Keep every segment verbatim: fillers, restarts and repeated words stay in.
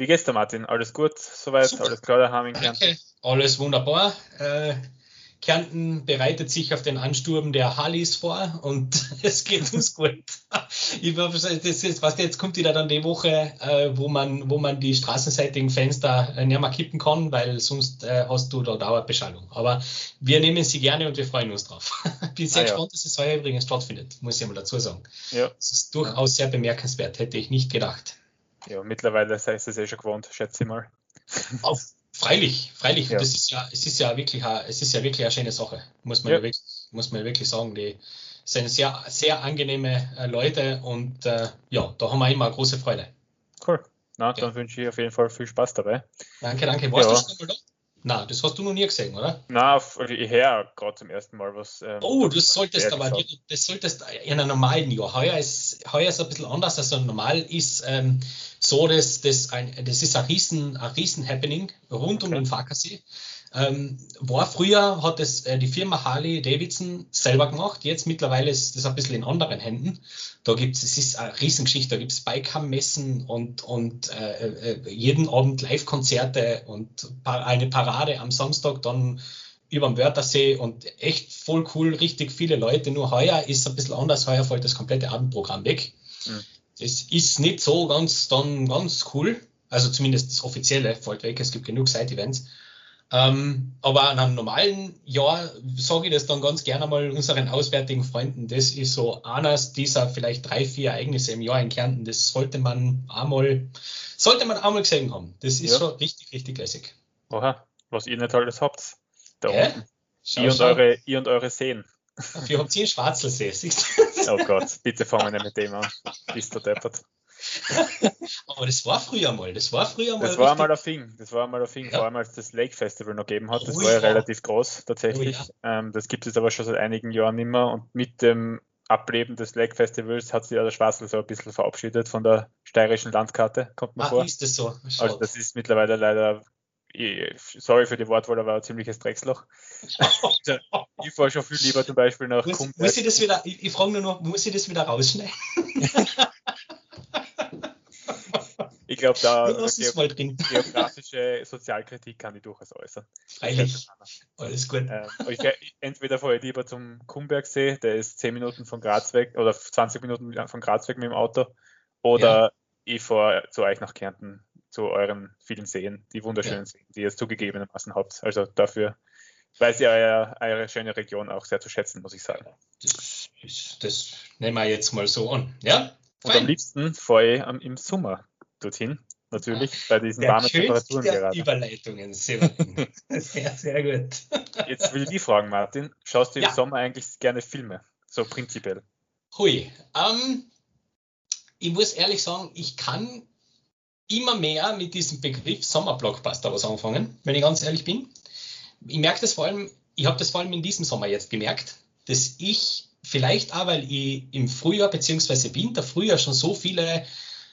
Wie geht's dir, Martin? Alles gut soweit? Super. Alles klar daheim in Kärnten? Danke, alles wunderbar. Äh, Kärnten bereitet sich auf den Ansturm der Harleys vor und es geht uns gut. Ich, das ist, was jetzt kommt wieder dann die Woche, äh, wo man, wo man die straßenseitigen Fenster äh, nicht mehr kippen kann, weil sonst äh, hast du da Dauerbeschallung. Aber wir nehmen sie gerne und wir freuen uns drauf. Bin sehr Ah ja, gespannt, dass es heuer übrigens stattfindet, muss ich mal dazu sagen. ja, Das ist ja. durchaus sehr bemerkenswert, hätte ich nicht gedacht. Ja, mittlerweile sei es eh schon gewohnt, schätze ich mal. Auf, freilich, freilich. Und Ja, das ist ja, es ist ja wirklich, eine, es ist ja wirklich eine schöne Sache, muss man ja, ja wirklich, muss man ja wirklich sagen. Die sind sehr, sehr angenehme äh, Leute und äh, ja, da haben wir immer eine große Freude. cool. Na, Ja. dann wünsche ich auf jeden Fall viel Spaß dabei. Danke, danke. Warst du Ja, schon einmal da? Nein, das hast du noch nie gesehen, oder? na, auf- ich höre gerade zum ersten Mal was ähm, Oh, das darüber, solltest ehrlich aber, gesagt. dir- das solltest in einem normalen Jahr. Heuer ist, heuer ist ein bisschen anders als normal ist. Ähm, so, dass das ein, das ist ein riesen, ein riesen Happening rund um Okay. den Farkasee. Ähm, war früher, hat es äh, die Firma Harley Davidson selber gemacht. Jetzt mittlerweile ist das ein bisschen in anderen Händen. Da gibt's, es ist eine Riesengeschichte. Da gibt's Bikeham-Messen und, und äh, äh, jeden Abend Live-Konzerte und pa- eine Parade am Samstag dann über dem Wörthersee und echt voll cool, richtig viele Leute. Nur heuer ist ein bisschen anders. Heuer fällt das komplette Abendprogramm weg. Hm. Das ist nicht so ganz, dann ganz cool. Also zumindest das Offizielle fällt weg. Es gibt genug Side-Events. Ähm, aber an einem normalen Jahr sage ich das dann ganz gerne mal unseren auswärtigen Freunden. Das ist so eines dieser vielleicht drei, vier Ereignisse im Jahr in Kärnten. Das sollte man einmal, sollte man einmal gesehen haben. Das ist Ja, schon richtig, richtig lässig. oha, was ihr nicht alles habt, da Gell? unten. Schau, Ihr und schau. eure, ihr und eure Seen. Dafür habt ihr einen Schwarzelsee, siehst Oh Gott, bitte fangen wir nicht mit dem an. Bist du deppert. du? Aber das war früher mal, das war früher mal Das war einmal richtig. ein Thing, das war einmal ein Thing, vor Ja. allem als das Lake Festival noch gegeben hat. Das Oh war ja ja, relativ groß oh ja. tatsächlich. Ähm, das gibt es aber schon seit einigen Jahren nicht mehr und mit dem Ableben des Lake Festivals hat sich ja der Schwarzl so ein bisschen verabschiedet von der steirischen Landkarte, kommt mir Ah, vor. ist das so? Also Schade. das ist mittlerweile leider, ich- sorry für die Wortwahl, aber ein ziemliches Drecksloch. Also, ich fahre schon viel lieber zum Beispiel nach Muss, muss Kumberg. ich das wieder, ich, ich frage nur noch, muss ich das wieder rausschneiden? Ich glaube, da Nur äh, lass geo es mal drin. geografische Sozialkritik kann ich durchaus äußern. Das gehört Freilich. zusammen. Alles gut. Ähm, aber ich, fähr- entweder fahre ich lieber zum Kumbergsee, der ist zehn Minuten von Graz weg oder zwanzig Minuten von Graz weg mit dem Auto, Ja, oder ich fahre zu euch nach Kärnten, zu euren vielen Seen, die ja. wunderschönen Seen, die ihr zugegebenermaßen habt. Also dafür weiß ich eure, eure schöne Region auch sehr zu schätzen, muss ich sagen. Das, das, das nehmen wir jetzt mal so an. Ja, Und am fein. liebsten fahre ich am- im Sommer dorthin, natürlich bei diesen Der warmen schönste Temperaturen der gerade. Überleitungen, Severin. Sehr, sehr gut. Jetzt will ich die fragen, Martin, schaust du im Ja, Sommer eigentlich gerne Filme? So prinzipiell. hui. Ähm, ich muss ehrlich sagen, ich kann immer mehr mit diesem Begriff Sommerblockbuster was anfangen, wenn ich ganz ehrlich bin. Ich merke das vor allem, ich habe das vor allem in diesem Sommer jetzt gemerkt, dass ich vielleicht auch, weil ich im Frühjahr bzw. Winter, Frühjahr schon so viele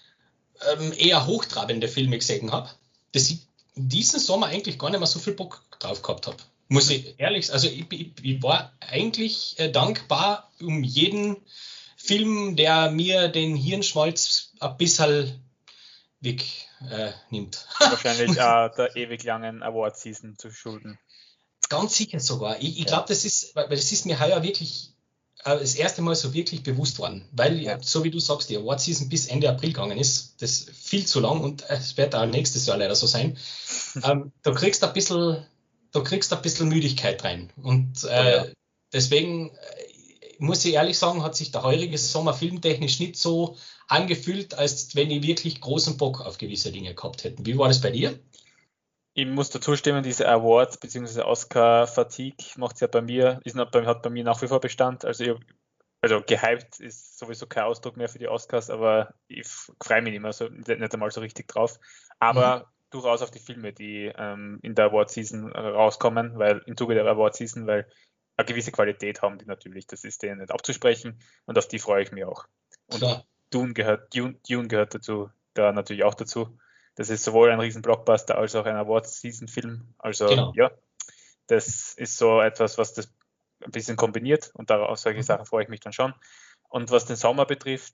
ähm, eher hochtrabende Filme gesehen habe, dass ich in diesem Sommer eigentlich gar nicht mehr so viel Bock drauf gehabt habe. Muss ich ehrlich, also ich, ich, ich war eigentlich äh, dankbar um jeden Film, der mir den Hirnschmalz ein bisschen weg äh, nimmt. Wahrscheinlich äh, der ewig langen Award-Season zu schulden. Ganz sicher sogar. Ich, ich Ja, glaube, das ist, weil das ist mir heuer wirklich äh, das erste Mal so wirklich bewusst worden. Weil, äh, ja. so wie du sagst, die Award Season bis Ende April gegangen ist, das ist viel zu lang und äh, es wird auch nächstes Jahr leider so sein. Ähm, da kriegst du ein bisschen, da kriegst du ein bisschen Müdigkeit rein. Und Oh ja. äh, deswegen äh, muss ich ehrlich sagen, hat sich der heurige Sommer filmtechnisch nicht so angefühlt, als wenn ich wirklich großen Bock auf gewisse Dinge gehabt hätte. Wie war das bei dir? Ich muss dazu stimmen, diese Awards bzw. Oscar-Fatigue macht ja bei mir, ist noch, bei- hat bei mir nach wie vor Bestand. Also, ich, also gehypt ist sowieso kein Ausdruck mehr für die Oscars, aber ich freue mich nicht mehr so, nicht einmal so richtig drauf. Mhm. Aber durchaus auf die Filme, die ähm, in der Award-Season rauskommen, weil im Zuge der Award-Season, weil eine gewisse Qualität haben die natürlich, das ist denen nicht abzusprechen und auf die freue ich mich auch. Und Klar, Dune gehört, Dune, Dune gehört dazu, da natürlich auch dazu. Das ist sowohl ein riesen Blockbuster als auch ein Award-Season-Film. Also genau. ja, das ist so etwas, was das ein bisschen kombiniert und darauf solche Mhm. Sachen freue ich mich dann schon. Und was den Sommer betrifft,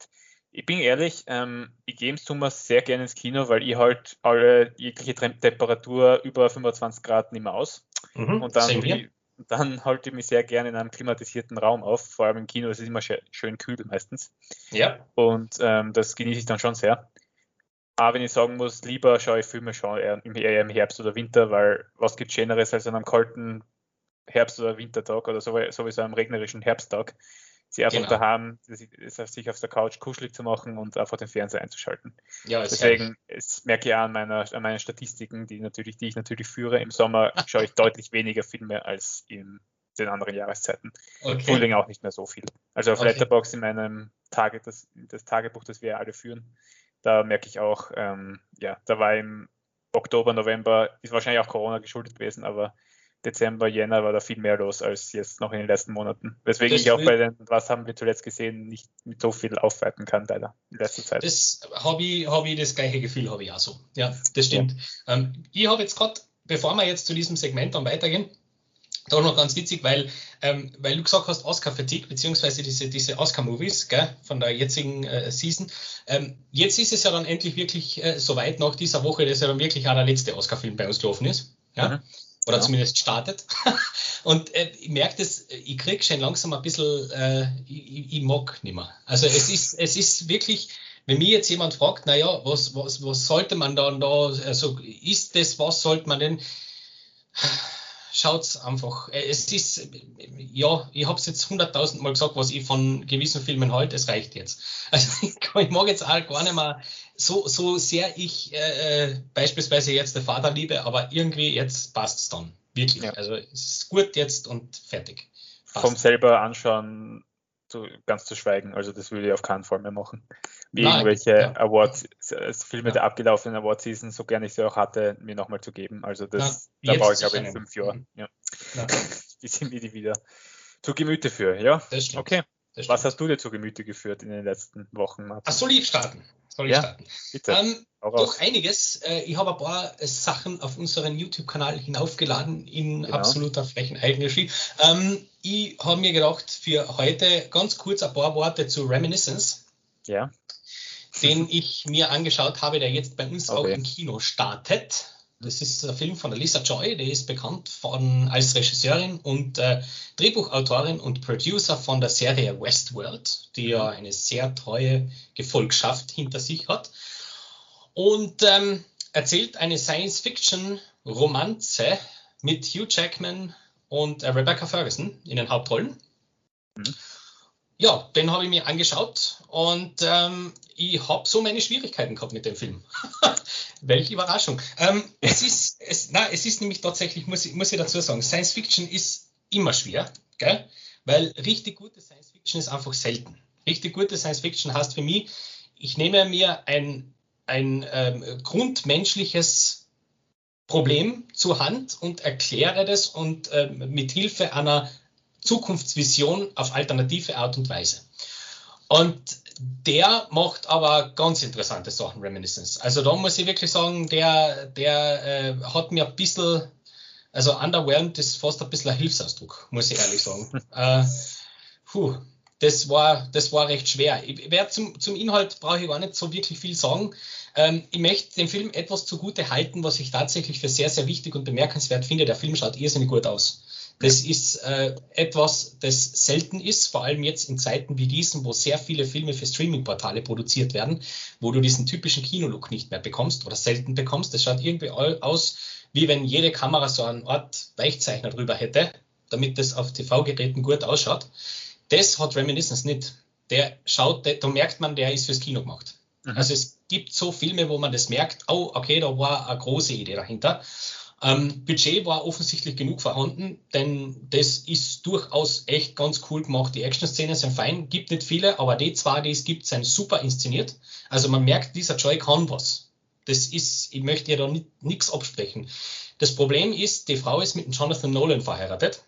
Ich bin ehrlich, ähm, ich gehe im Sommer sehr gerne ins Kino, weil ich halt alle jegliche Tem- Temperatur über fünfundzwanzig Grad nicht mehr aus. Mhm, Und dann, same tue hier. ich, dann halte ich mich sehr gerne in einem klimatisierten Raum auf. Vor allem im Kino ist es immer schön, schön kühl meistens. Ja, Und ähm, das genieße ich dann schon sehr. Aber wenn ich sagen muss, lieber schaue ich Filme schon eher im, eher im Herbst oder Winter, weil was gibt Schöneres als an einem kalten Herbst- oder Wintertag oder so- sowieso einem regnerischen Herbsttag, sie einfach genau. daheim, sich auf der Couch kuschelig zu machen und einfach den Fernseher einzuschalten. Ja, ist herrlich. Deswegen es merke ich auch an, meiner, an meinen Statistiken, die, natürlich, die ich natürlich führe. Im Sommer schaue ich deutlich weniger Filme als in den anderen Jahreszeiten. Okay, Frühling auch nicht mehr so viel. Also auf okay. Letterboxd in meinem Tage, das, das Tagebuch, das wir alle führen, da merke ich auch, ähm, ja, da war im Oktober, November, ist wahrscheinlich auch Corona geschuldet gewesen, aber Dezember, Jänner war da viel mehr los als jetzt noch in den letzten Monaten. Weswegen ich Das, auch bei den, was haben wir zuletzt gesehen, nicht mit so viel aufwerten kann, leider, in letzter Zeit. das habe ich, hab ich das gleiche Gefühl, habe ich auch so. Ja, das stimmt. Ja. Ähm, ich habe jetzt gerade, bevor wir jetzt zu diesem Segment dann weitergehen, da noch ganz witzig, weil, ähm, weil du gesagt hast, Oscar-Fatigue, beziehungsweise diese, diese Oscar-Movies von der jetzigen äh, Season. Ähm, jetzt ist es ja dann endlich wirklich äh, soweit nach dieser Woche, dass ja dann wirklich auch der letzte Oscar-Film bei uns gelaufen ist. Ja? Mhm. Oder Genau. zumindest startet. Und äh, ich merke das, ich kriege schon langsam ein bisschen, äh, ich, ich mag nicht mehr. Also es ist, es ist wirklich, wenn mir jetzt jemand fragt, naja, was, was, was sollte man dann da, also ist das, was sollte man denn, schaut's einfach. Es ist, ja, ich habe es jetzt hunderttausend Mal gesagt, was ich von gewissen Filmen halte, es reicht jetzt. Also ich, ich mag jetzt auch gar nicht mehr, so, so sehr ich äh, beispielsweise jetzt der Vater liebe, aber irgendwie jetzt passt es dann. Wirklich. Ja. Also es ist gut jetzt und fertig. Vom Passt. selber anschauen zu, ganz zu schweigen, also das würde ich auf keinen Fall mehr machen. Wie Nein, irgendwelche ja. Awards, Filme Ja. der abgelaufenen Award-Season, so gerne ich sie auch hatte, mir nochmal zu geben. Also das, Nein, da brauche jetzt ich glaube sicher ich in nicht. fünf Jahren. Mhm. Ja. Nein, Die sind mir die wieder zu Gemüte für. Ja, das stimmt. okay. Das Was stimmt. hast du dir zu Gemüte geführt in den letzten Wochen, Ach, Martin? soll ich starten? Soll ich Ja, starten? bitte. Ähm, Hau doch raus. einiges. Äh, ich habe ein paar äh, Sachen auf unseren YouTube-Kanal hinaufgeladen in Genau. absoluter Flächeneigenregie. Ähm, ich habe mir gedacht, für heute ganz kurz ein paar Worte zu Reminiscence, Ja. den ich mir angeschaut habe, der jetzt bei uns auch Okay. im Kino startet. Das ist ein Film von der Lisa Joy, die ist bekannt von, als Regisseurin und äh, Drehbuchautorin und Producer von der Serie Westworld, die ja eine sehr treue Gefolgschaft hinter sich hat. Und ähm, erzählt eine Science-Fiction-Romanze mit Hugh Jackman und äh, Rebecca Ferguson in den Hauptrollen. Mhm. Ja, den habe ich mir angeschaut und ähm, ich habe so meine Schwierigkeiten gehabt mit dem Film. Welche Überraschung. Ähm, es, ist, es, na, es ist nämlich tatsächlich, muss ich, muss ich dazu sagen, Science Fiction ist immer schwer, gell? Weil richtig gute Science Fiction ist einfach selten. Richtig gute Science Fiction heißt für mich, ich nehme mir ein, ein ähm, grundmenschliches Problem zur Hand und erkläre das und ähm, mit Hilfe einer Zukunftsvision auf alternative Art und Weise. Und der macht aber ganz interessante Sachen, Reminiscence. Also da muss ich wirklich sagen, der, der äh, hat mir ein bisschen, also underwhelmed ist fast ein bisschen ein Hilfsausdruck, muss ich ehrlich sagen. äh, puh, das war, das war recht schwer. Ich werde zum, zum Inhalt brauche ich gar nicht so wirklich viel sagen. Ähm, ich möchte dem Film etwas zugute halten, was ich tatsächlich für sehr, sehr wichtig und bemerkenswert finde. Der Film schaut irrsinnig gut aus. Das ist äh, etwas, das selten ist, vor allem jetzt in Zeiten wie diesen, wo sehr viele Filme für Streaming-Portale produziert werden, wo du diesen typischen Kinolook nicht mehr bekommst oder selten bekommst. Das schaut irgendwie aus, wie wenn jede Kamera so eine Art Weichzeichner drüber hätte, damit das auf T V-Geräten gut ausschaut. Das hat Reminiscence nicht. Der schaut, da merkt man, der ist fürs Kino gemacht. Mhm. Also es gibt so Filme, wo man das merkt, oh, okay, da war eine große Idee dahinter. Ähm, Budget war offensichtlich genug vorhanden, denn das ist durchaus echt ganz cool gemacht. Die Action-Szenen sind fein, gibt nicht viele, aber die zwei, die es gibt, sind super inszeniert. Also man merkt, dieser Joy kann was. Das ist, ich möchte ja da nichts absprechen. Das Problem ist, die Frau ist mit dem Jonathan Nolan verheiratet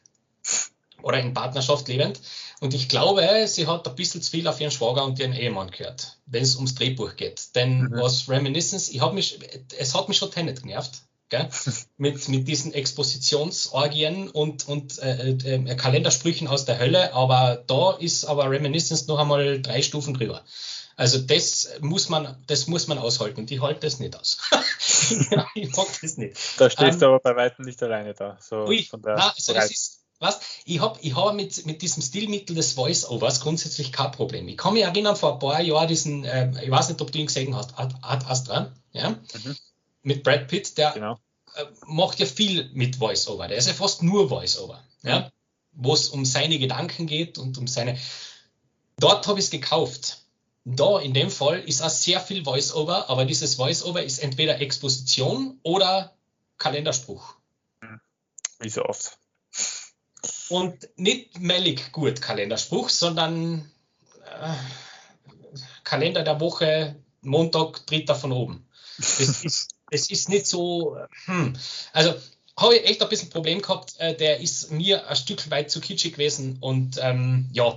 oder in Partnerschaft lebend. Und ich glaube, sie hat ein bisschen zu viel auf ihren Schwager und ihren Ehemann gehört, wenn es ums Drehbuch geht. Denn mhm. was Reminiscence, ich hab mich, es hat mich schon Tenet genervt. Gell? mit, mit diesen Expositionsorgien und, und äh, äh, Kalendersprüchen aus der Hölle, aber da ist aber Reminiscence noch einmal drei Stufen drüber. Also das muss man, das muss man aushalten und ich halte das nicht aus. Ja, ich mag das nicht. Da stehst Ähm, du aber bei weitem nicht alleine da. So ui, von der na, also das Breite. ist, was, ich habe ich hab mit, mit diesem Stilmittel des Voice-Overs grundsätzlich kein Problem. Ich kann mich erinnern, vor ein paar Jahren diesen, äh, ich weiß nicht, ob du ihn gesehen hast, Ad, Ad Astra, ja, Mhm, mit Brad Pitt, der genau. äh, macht ja viel mit Voice-Over. Der ist ja fast nur Voice-Over, Mhm. ja, wo es um seine Gedanken geht und um seine. Dort habe ich es gekauft. Da in dem Fall ist auch sehr viel Voice-Over, aber dieses Voice-Over ist entweder Exposition oder Kalenderspruch. Wie so oft. Und nicht mellig gut Kalenderspruch, sondern äh, Kalender der Woche, Montag, dritter von oben. Das ist, das ist nicht so. Hm. Also habe ich echt ein bisschen ein Problem gehabt. Äh, der ist mir ein Stück weit zu kitschig gewesen und ähm, ja.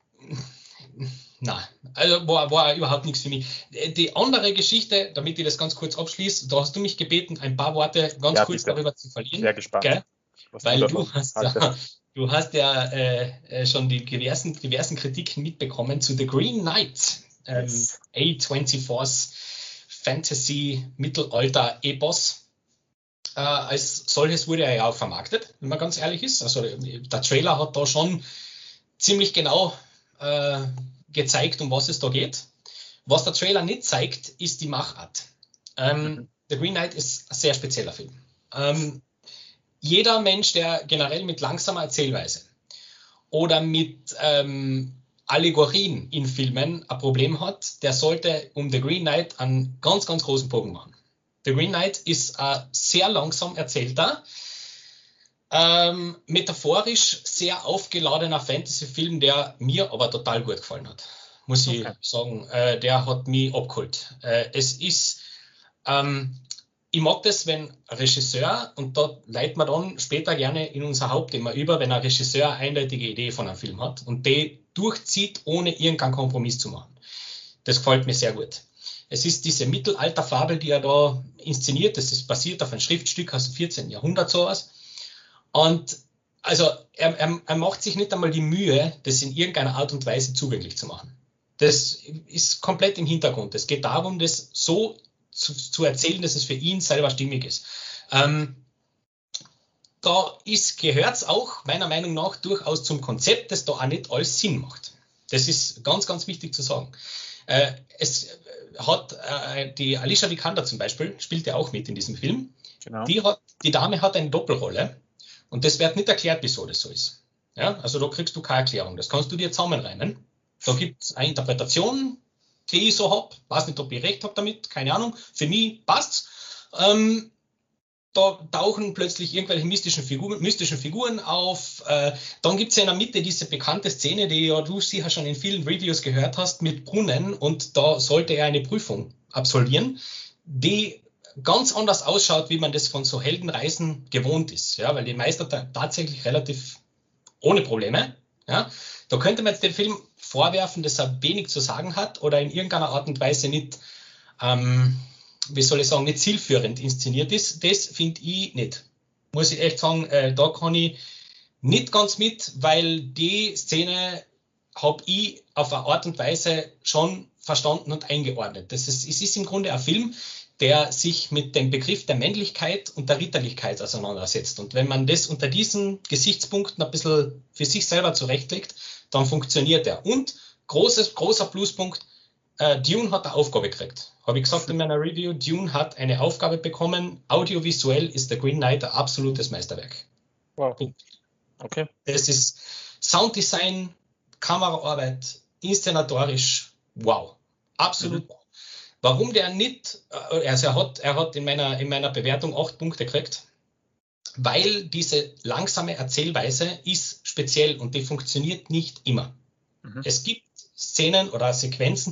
Na, also war, war überhaupt nichts für mich. Die andere Geschichte, damit ich das ganz kurz abschließe, da hast du mich gebeten, ein paar Worte ganz Ja, kurz bitte. darüber zu verlieren, Sehr gespannt, gell? was du Weil du davon hast ja, haltest. du hast ja äh, äh, schon die diversen, diversen Kritiken mitbekommen zu The Green Knight, ähm, Yes. A vierundzwanzig's Fantasy Mittelalter-Epos. Äh, als solches wurde er ja auch vermarktet, wenn man ganz ehrlich ist. Also der Trailer hat da schon ziemlich genau äh, gezeigt, um was es da geht. Was der Trailer nicht zeigt, ist die Machart. Ähm, Mhm. The Green Knight ist ein sehr spezieller Film. Ähm, jeder Mensch, der generell mit langsamer Erzählweise oder mit ähm, Allegorien in Filmen ein Problem hat, der sollte um The Green Knight einen ganz, ganz großen Bogen machen. The Green Knight ist ein sehr langsam erzählter, ähm, metaphorisch sehr aufgeladener Fantasy-Film, der mir aber total gut gefallen hat. Muss ich Okay. sagen, äh, der hat mich abgeholt. Äh, es ist, ähm, ich mag das, wenn ein Regisseur, und da leiten wir dann später gerne in unser Hauptthema über, wenn ein Regisseur eine eindeutige Idee von einem Film hat und die durchzieht, ohne irgendeinen Kompromiss zu machen. Das gefällt mir sehr gut. Es ist diese Mittelalterfabel, die er da inszeniert, das ist basiert auf ein Schriftstück aus dem vierzehnten Jahrhundert sowas. Und also er, er, er macht sich nicht einmal die Mühe, das in irgendeiner Art und Weise zugänglich zu machen. Das ist komplett im Hintergrund. Es geht darum, das so zu, zu erzählen, dass es für ihn selber stimmig ist. Ähm, da gehört es auch meiner Meinung nach durchaus zum Konzept, das da auch nicht alles Sinn macht. Das ist ganz, ganz wichtig zu sagen. Äh, es hat äh, die Alicia Vikander zum Beispiel, spielt ja auch mit in diesem Film. Genau. Die, hat, die Dame hat eine Doppelrolle und das wird nicht erklärt, wieso das so ist. Ja, also da kriegst du keine Erklärung. Das kannst du dir zusammenreimen. Da gibt es eine Interpretation, die ich so habe. Weiß nicht, ob ich recht habe damit, keine Ahnung. Für mich passt's. Ähm, da tauchen plötzlich irgendwelche mystischen Figuren, mystischen Figuren auf. Äh, dann gibt es ja in der Mitte diese bekannte Szene, die ja du sicher schon in vielen Reviews gehört hast, mit Brunnen. Und da sollte er eine Prüfung absolvieren, die ganz anders ausschaut, wie man das von so Heldenreisen gewohnt ist. Ja, weil die meistert tatsächlich relativ ohne Probleme. Ja. Da könnte man jetzt dem Film vorwerfen, dass er wenig zu sagen hat oder in irgendeiner Art und Weise nicht ähm, wie soll ich sagen, nicht zielführend inszeniert ist. Das finde ich nicht. Muss ich echt sagen, äh, da kann ich nicht ganz mit, weil die Szene habe ich auf eine Art und Weise schon verstanden und eingeordnet. Das ist, es ist im Grunde ein Film, der sich mit dem Begriff der Männlichkeit und der Ritterlichkeit auseinandersetzt. Und wenn man das unter diesen Gesichtspunkten ein bisschen für sich selber zurechtlegt, dann funktioniert er. Und großes, großer Pluspunkt, äh, Dune hat eine Aufgabe gekriegt. Habe ich gesagt in meiner Review, Dune hat eine Aufgabe bekommen. Audiovisuell ist The Green Knight ein absolutes Meisterwerk. Wow. Punkt. Okay. Das ist Sounddesign, Kameraarbeit, inszenatorisch, wow. Absolut. Mhm. Warum der nicht, also er hat, er hat in meiner, in meiner Bewertung acht Punkte gekriegt, weil diese langsame Erzählweise ist speziell und die funktioniert nicht immer. Mhm. Es gibt Szenen oder Sequenzen,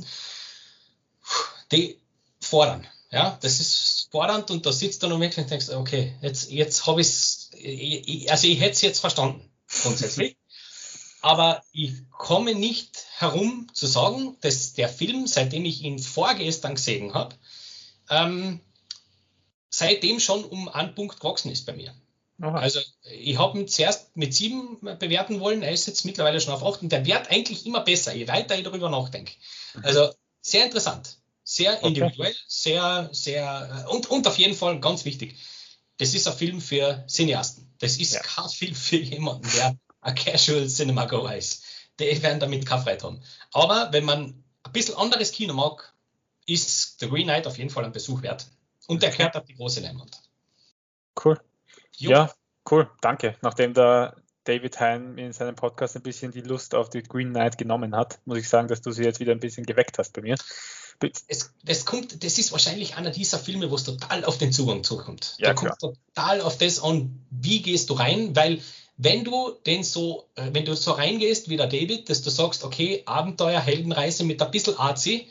die fordern. Ja, das ist fordernd und da sitzt du noch wirklich und denkst, okay, jetzt, jetzt habe ich es, also ich hätte es jetzt verstanden, grundsätzlich. Aber ich komme nicht herum zu sagen, dass der Film, seitdem ich ihn vorgestern gesehen habe, ähm, seitdem schon um einen Punkt gewachsen ist bei mir. Aha. Also ich habe ihn zuerst mit sieben bewerten wollen, er ist jetzt mittlerweile schon auf acht und der wird eigentlich immer besser, je weiter ich darüber nachdenke. Mhm. Also sehr interessant. Sehr individuell, okay. sehr, sehr, und, und auf jeden Fall ganz wichtig. Das ist ein Film für Cineasten. Das ist ja. kein Film für jemanden, der ein Casual Cinema Goer ist. Die werden damit keine Freude haben. Aber wenn man ein bisschen anderes Kino mag, ist The Green Knight auf jeden Fall ein Besuch wert. Und der gehört auf die große Leinwand. Cool. Jo. Ja, cool. Danke. Nachdem der David Hein in seinem Podcast ein bisschen die Lust auf die Green Knight genommen hat, muss ich sagen, dass du sie jetzt wieder ein bisschen geweckt hast bei mir. Es, das, kommt, das ist wahrscheinlich einer dieser Filme, wo es total auf den Zugang zukommt. Ja, da kommt total auf das an, wie gehst du rein, weil wenn du den so, wenn du so reingehst wie der David, dass du sagst, okay, Abenteuer, Heldenreise mit ein bisschen Arzi,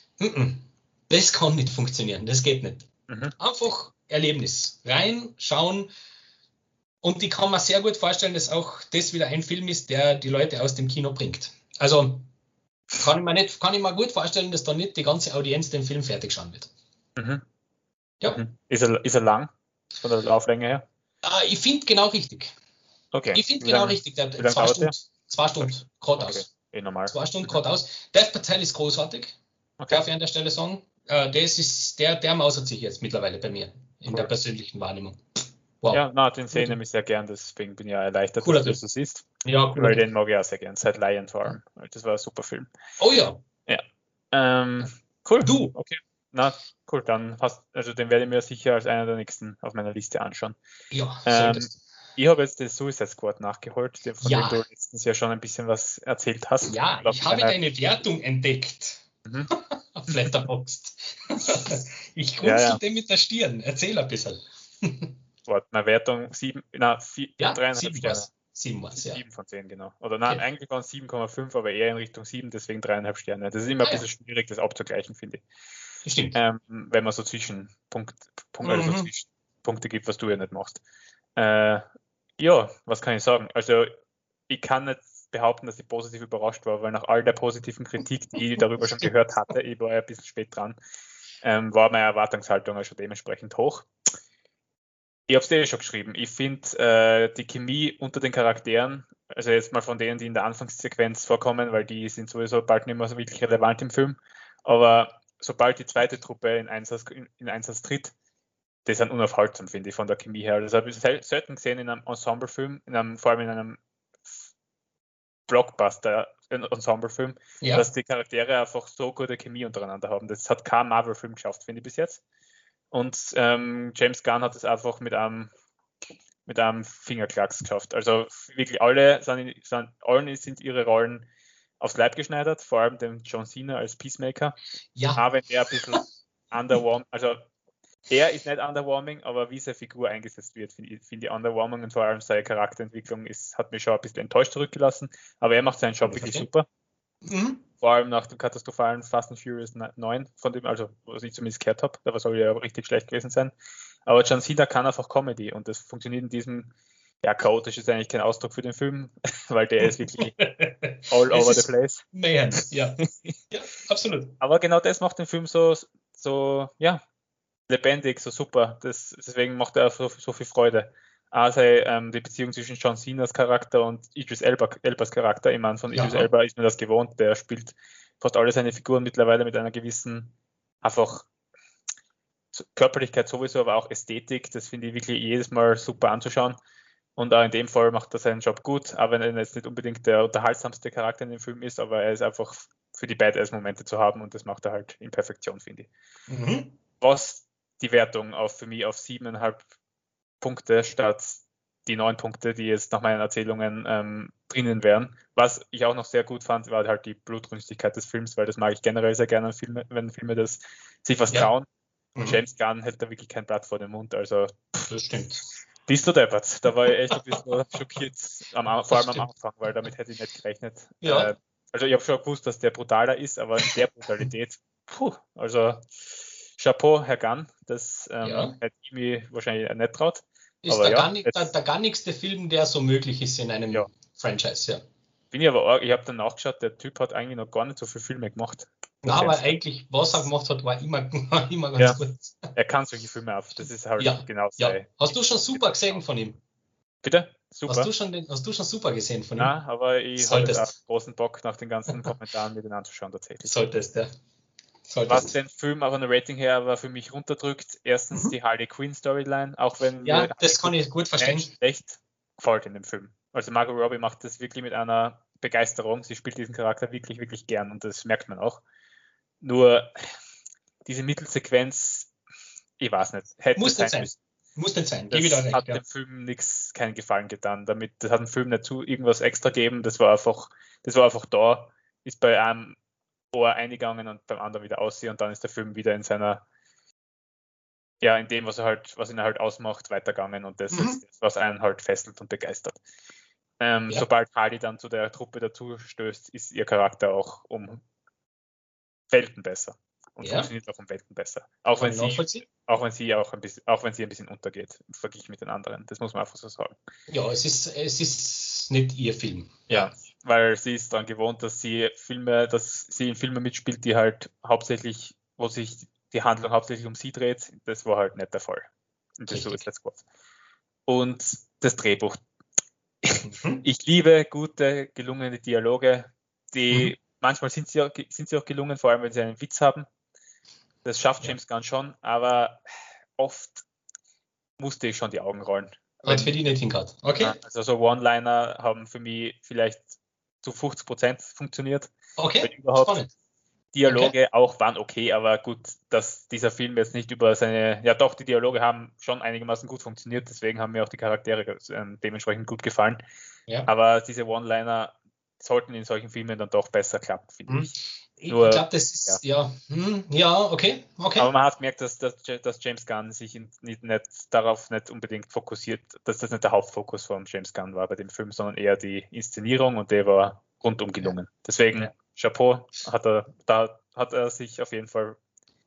das kann nicht funktionieren, das geht nicht. Mhm. Einfach Erlebnis. Rein, schauen, und ich kann mir sehr gut vorstellen, dass auch das wieder ein Film ist, der die Leute aus dem Kino bringt. Also kann ich mir, nicht, kann ich mir gut vorstellen, dass da nicht die ganze Audienz den Film fertig schauen wird. Mhm. Ja. Mhm. Ist er, ist er lang? Von der Lauflänge her? Uh, ich finde genau richtig. Okay. Ich finde genau lang, richtig. Der, zwei, Stunden, zwei Stunden geradeaus. Okay. Eh normal. Zwei Stunden geradeaus. Dev Patel ist großartig. Okay. Darf ich an der Stelle sagen. Uh, das ist, der, der mausert sich jetzt mittlerweile bei mir in cool. der persönlichen Wahrnehmung. Wow. Ja, na, den sehe ich nämlich sehr gern, deswegen bin ich ja erleichtert, cooler dass du das so siehst. Ja, cool. Weil den mag ich auch sehr gern, seit Lion vor allem. Das war ein super Film. Oh ja. Ja. Ähm, cool. Du. Okay. Na, cool, dann hast, also den werde ich mir sicher als einer der nächsten auf meiner Liste anschauen. Ja, ähm, ich habe jetzt den Suicide Squad nachgeholt, von ja. dem du letztens ja schon ein bisschen was erzählt hast. Ja, ich, ich habe einer... deine Wertung entdeckt. Mhm. Auf Letterboxd. Ich grunzelte ja, ja. mit der Stirn. Erzähl ein bisschen. Warte, eine Wertung sieben, na, vier, ja, dreieinhalb Sterne. sieben war's, ja. sieben von zehn, genau. Oder nein, okay. Eigentlich waren es sieben Komma fünf, aber eher in Richtung sieben, deswegen dreieinhalb Sterne. Das ist immer ah, ein bisschen ja. schwierig, das abzugleichen, finde ich. Stimmt. Ähm, wenn man so Zwischenpunkt, Punkt, also mhm. Zwischenpunkte gibt, was du ja nicht machst. Äh, ja, was kann ich sagen? Also, ich kann nicht behaupten, dass ich positiv überrascht war, weil nach all der positiven Kritik, die ich darüber schon gehört hatte, ich war ja ein bisschen spät dran, ähm, war meine Erwartungshaltung also dementsprechend hoch. Ich habe es dir ja schon geschrieben. Ich finde äh, die Chemie unter den Charakteren, also jetzt mal von denen, die in der Anfangssequenz vorkommen, weil die sind sowieso bald nicht mehr so wirklich relevant im Film, aber sobald die zweite Truppe in Einsatz, in, in Einsatz tritt, die sind unaufhaltsam, finde ich, von der Chemie her. Das habe ich sel- selten gesehen in einem Ensemblefilm, in einem, vor allem in einem Blockbuster-Ensemblefilm, ja. dass die Charaktere einfach so gute Chemie untereinander haben. Das hat kein Marvel-Film geschafft, finde ich, bis jetzt. Und ähm, James Gunn hat es einfach mit einem, mit einem Fingerklacks geschafft. Also wirklich alle sind, sind, allen sind ihre Rollen aufs Leib geschneidert, vor allem dem John Cena als Peacemaker. Ja. Auch wenn der ein bisschen underwhelming, also er ist nicht underwhelming, aber wie seine Figur eingesetzt wird, finde ich, find ich underwhelming und vor allem seine Charakterentwicklung ist, hat mich schon ein bisschen enttäuscht zurückgelassen, aber er macht seinen Job wirklich super. Mhm. Vor allem nach dem katastrophalen Fast and Furious neun, von dem, also was ich zumindest gehört habe, da soll ja richtig schlecht gewesen sein. Aber John Cena kann einfach Comedy und das funktioniert in diesem, ja, chaotisch ist eigentlich kein Ausdruck für den Film, weil der ist wirklich all over the place. Man, ja. Ja, absolut. Aber genau das macht den Film so, so, ja, lebendig, so super. Das, deswegen macht er so, so viel Freude. Also ähm, die Beziehung zwischen John Cenas Charakter und Idris Elba, Elbas Charakter. Ich meine, von Idris ja. Elba ist mir das gewohnt. Der spielt fast alle seine Figuren mittlerweile mit einer gewissen, einfach Körperlichkeit sowieso, aber auch Ästhetik. Das finde ich wirklich jedes Mal super anzuschauen. Und auch in dem Fall macht er seinen Job gut, auch wenn er jetzt nicht unbedingt der unterhaltsamste Charakter in dem Film ist, aber er ist einfach für die Badass-Momente zu haben und das macht er halt in Perfektion, finde ich. Mhm. Was die Wertung auf, für mich auf siebeneinhalb Punkte statt die neun Punkte, die jetzt nach meinen Erzählungen ähm, drinnen wären. Was ich auch noch sehr gut fand, war halt die Blutrünstigkeit des Films, weil das mag ich generell sehr gerne, Filme, wenn Filme das sich was ja. trauen. Und mhm. James Gunn hält da wirklich kein Blatt vor den Mund, also das stimmt. Bist du deppert? Da war ich echt ein bisschen schockiert, am, vor allem am Anfang, weil damit hätte ich nicht gerechnet. Ja. Äh, also ich habe schon gewusst, dass der brutaler ist, aber in der Brutalität, puh, also Chapeau, Herr Gunn, das ähm, ja. hätte ich mir wahrscheinlich nicht traut. Ist aber der, ja, gar nicht, der, der gar nächste Film, der so möglich ist in einem ja. Franchise, ja. Bin ich aber arg, ich habe dann nachgeschaut, der Typ hat eigentlich noch gar nicht so viele Filme gemacht. Na, aber eigentlich, was er gemacht hat, war immer, war immer ganz ja. gut. Er kann solche Filme auf, das ist halt ja. genau so. Ja. Hast du schon super gesehen von ihm? Bitte? Super. Hast du schon, den, hast du schon super gesehen von ihm? Nein, aber ich habe jetzt auch großen Bock, nach den ganzen Kommentaren mir den anzuschauen tatsächlich. Solltest, ja. Was den Film auch eine Rating her aber für mich runterdrückt, erstens Mhm. die Harley Quinn Storyline, auch wenn Ja, mir das kann ich gut verstehen. schlecht gefällt in dem Film. Also Margot Robbie macht das wirklich mit einer Begeisterung. Sie spielt diesen Charakter wirklich, wirklich gern und das merkt man auch. Nur diese Mittelsequenz, ich weiß nicht, hätte Muss sein nicht sein. müssen. Muss nicht sein. Das Gebe ich da recht, hat ja. dem Film nichts, keinen Gefallen getan. Damit, das hat dem Film nicht zu irgendwas extra gegeben. Das war einfach, das war einfach da, ist bei einem Ohr eingegangen und beim anderen wieder aussehen und dann ist der Film wieder in seiner, ja, in dem, was er halt, was ihn halt ausmacht, weitergegangen und das Mhm. ist das, was einen halt fesselt und begeistert. Ähm, Ja. Sobald Harley dann zu der Truppe dazu stößt, ist ihr Charakter auch um Welten besser und Ja. funktioniert auch um Welten besser. Auch Kann wenn ich sie, nachvollziehen. auch wenn sie auch ein bisschen, auch wenn sie ein bisschen untergeht, verglichen mit den anderen. Das muss man einfach so sagen. Ja, es ist, es ist nicht ihr Film. Ja, weil sie ist dann gewohnt, dass sie Filme, dass sie in Filmen mitspielt, die halt hauptsächlich, wo sich die Handlung hauptsächlich um sie dreht. Das war halt nicht der Fall in The Richtig. Suicide Squad. Und das Drehbuch. Mhm. Ich liebe gute, gelungene Dialoge, die Mhm. manchmal sind sie, auch, sind sie auch gelungen, vor allem wenn sie einen Witz haben. Das schafft Ja. James Gunn schon, aber oft musste ich schon die Augen rollen. Hat für Wenn, die nicht hingehört. Okay. also so One-Liner haben für mich vielleicht zu fünfzig Prozent funktioniert. Wenn Okay. überhaupt. Spannend. Dialoge auch waren okay, aber gut, dass dieser Film jetzt nicht über seine, ja doch, die Dialoge haben schon einigermaßen gut funktioniert, deswegen haben mir auch die Charaktere äh, dementsprechend gut gefallen. Ja. Aber diese One-Liner sollten in solchen Filmen dann doch besser klappen, finde Hm. ich. Ich, Nur, ich glaube, das ist, ja, ja, hm, ja okay, okay. Aber man hat gemerkt, dass, dass, dass James Gunn sich in, nicht, nicht darauf nicht unbedingt fokussiert, dass das nicht der Hauptfokus von James Gunn war bei dem Film, sondern eher die Inszenierung und der war rundum gelungen. Deswegen, Ja. Chapeau, hat er, da hat er sich auf jeden Fall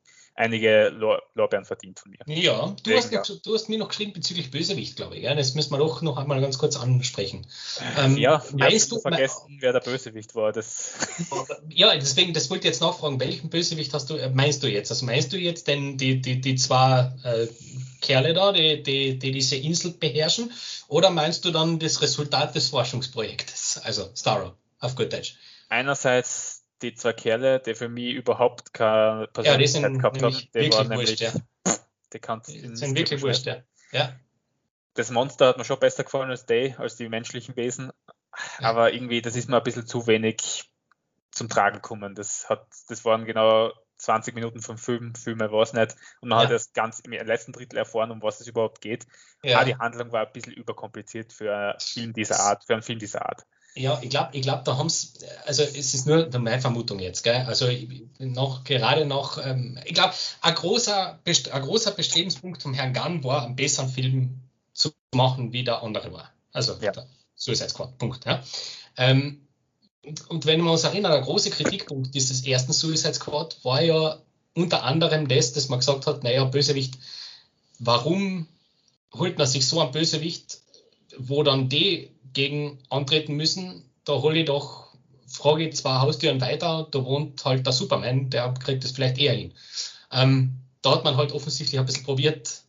einige Lor Lorbeeren verdient von mir. Ja, du, Deswegen, hast noch, ja. du hast mir noch geschrieben bezüglich Bösewicht, glaube ich. Ja? Das müssen wir doch noch einmal ganz kurz ansprechen. Ähm, ja, meinst du, vergessen, wer der Bösewicht war. Das ja, deswegen, das wollte ich jetzt nachfragen, welchen Bösewicht hast du, äh, meinst du jetzt? Also meinst du jetzt denn die, die, die zwei äh, Kerle da, die, die, die diese Insel beherrschen, oder meinst du dann das Resultat des Forschungsprojektes, also Starro, auf gut Deutsch? Einerseits die zwei Kerle, die für mich überhaupt keine Ja, die Persönlichkeit sind gehabt haben, nämlich die waren wirklich wurscht, nämlich, ja. die kannst Die in sind Mist wirklich wurscht, ja. Ja, Das Monster hat mir schon besser gefallen als die, als die menschlichen Wesen, aber irgendwie, das ist mir ein bisschen zu wenig zum Tragen gekommen. Das hat, das waren genau zwanzig Minuten vom Film, Filme war es nicht. Und man Ja. hat erst ganz im letzten Drittel erfahren, um was es überhaupt geht. ja. Ah, die Handlung war ein bisschen überkompliziert für einen Film dieser Art, für einen Film dieser Art. Ja, ich glaube, ich glaub, da haben sie, also es ist nur meine Vermutung jetzt, gell? Also ich, noch gerade noch, ähm, ich glaube, ein großer, Best- ein großer Bestrebenspunkt vom Herrn Gunn war, einen besseren Film zu machen, wie der andere war. Also Ja. der Suicide Squad, Punkt. Ja? Ähm, und, und wenn wir uns erinnern, der große Kritikpunkt dieses ersten Suicide Squad war ja unter anderem das, dass man gesagt hat, naja, Bösewicht, warum holt man sich so einen Bösewicht, wo dann die gegen antreten müssen? Da hole ich doch, frage ich zwei Haustüren weiter, da wohnt halt der Superman, der kriegt das vielleicht eher hin. Ähm, da hat man halt offensichtlich ein bisschen probiert,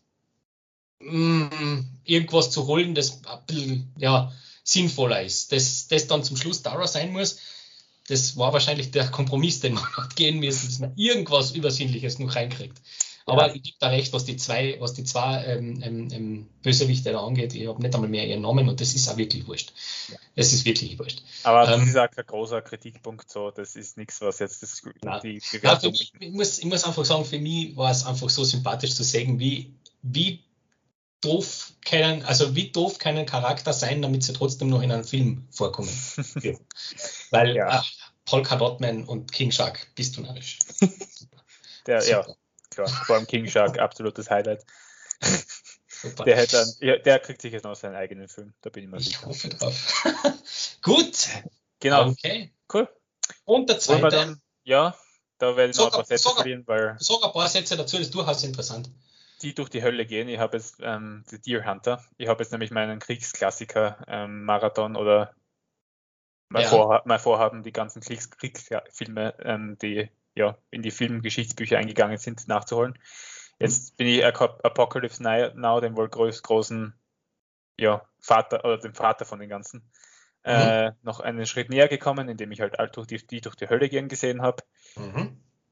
mh, irgendwas zu holen, das ein bisschen ja, sinnvoller ist. Das, das dann zum Schluss Dara sein muss, das war wahrscheinlich der Kompromiss, den man hat gehen müssen, dass man irgendwas Übersinnliches noch reinkriegt. Aber Ja. ich gebe da recht, was die zwei, was die zwei ähm, ähm, Bösewichte da angeht. Ich habe nicht einmal mehr ihren Namen und das ist auch wirklich wurscht. Ja. Es ist wirklich wurscht. Aber das Ähm, ist auch kein großer Kritikpunkt, so, das ist nichts, was jetzt das, Nein. die Nein, für Bewertung. mich, ich, muss, ich muss einfach sagen, für mich war es einfach so sympathisch zu sehen, wie, wie doof können, also wie doof kann ein Charakter sein, damit sie trotzdem noch in einem Film vorkommen. Ja. Weil Ja. ach, Polka Dotman und King Shark, bist du narrisch. Der, ja, Super. klar, vor allem King Shark, absolutes Highlight. Super. Der, hätte dann, ja, der kriegt sicher noch seinen eigenen Film, da bin ich mir Ich sicher. hoffe drauf. Gut. Genau, Okay. cool. Und der Wollen wir zweite, dann, ja, da werde ich noch ein sag, paar Sätze sag, verlieren, weil sag ein paar Sätze dazu, das ist durchaus interessant. die durch die Hölle gehen. Ich habe jetzt ähm, die Deer Hunter. Ich habe jetzt nämlich meinen Kriegsklassiker ähm, Marathon oder mein, Ja. Vorha mein Vorhaben, die ganzen Kriegs Kriegsfilme, ähm, die ja in die Filmgeschichtsbücher eingegangen sind, nachzuholen. Jetzt bin ich Apocalypse Now, dem wohl groß, großen ja, Vater oder dem Vater von den ganzen, Mhm. äh, noch einen Schritt näher gekommen, indem ich halt all durch die, die durch die Hölle gehen gesehen habe. Mhm.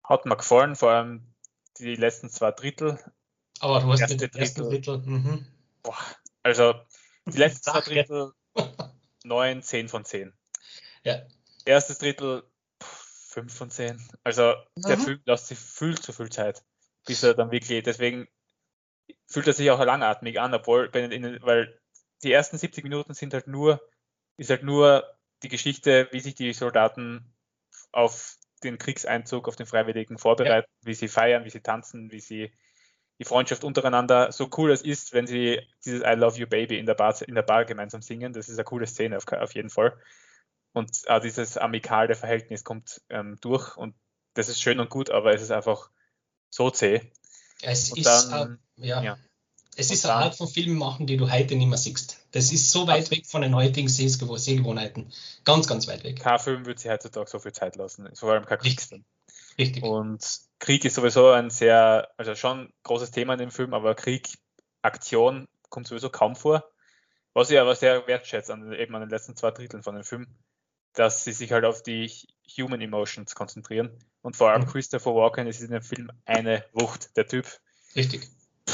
Hat mir gefallen, vor allem die letzten zwei Drittel. Aber du hast Erste mit dem ersten Drittel. Drittel. Mhm. Boah, also die letzten zwei Sache. Drittel neun, zehn von zehn. Ja. Erstes Drittel fünf von zehn. Also der Mhm. Film lässt sich viel zu viel Zeit, bis er dann wirklich, deswegen fühlt er sich auch langatmig an, obwohl, weil die ersten siebzig Minuten sind halt nur, ist halt nur die Geschichte, wie sich die Soldaten auf den Kriegseinzug, auf den Freiwilligen vorbereiten, ja. Wie sie feiern, wie sie tanzen, wie sie die Freundschaft untereinander, so cool es ist, wenn sie dieses I Love You Baby in der Bar, in der Bar gemeinsam singen, das ist eine coole Szene auf, auf jeden Fall. Und auch dieses amikale Verhältnis kommt ähm, durch und das ist schön und gut, aber es ist einfach so zäh. Es und ist, dann, äh, ja. ja. Es Und ist dann, eine Art von Film machen, die du heute nicht mehr siehst. Das ist so weit weg von den heutigen Sehgewoh- Sehgewohnheiten. Ganz, ganz weit weg. Kein Film wird sich heutzutage so viel Zeit lassen, vor allem kein Kriegsfilm. Richtig. Und Krieg ist sowieso ein sehr, also schon großes Thema in dem Film, aber Krieg, Aktion kommt sowieso kaum vor. Was ich aber sehr wertschätze an, eben an den letzten zwei Dritteln von dem Film, dass sie sich halt auf die Human Emotions konzentrieren. Und vor allem Mhm. Christopher Walken ist in dem Film eine Wucht, der Typ. Richtig.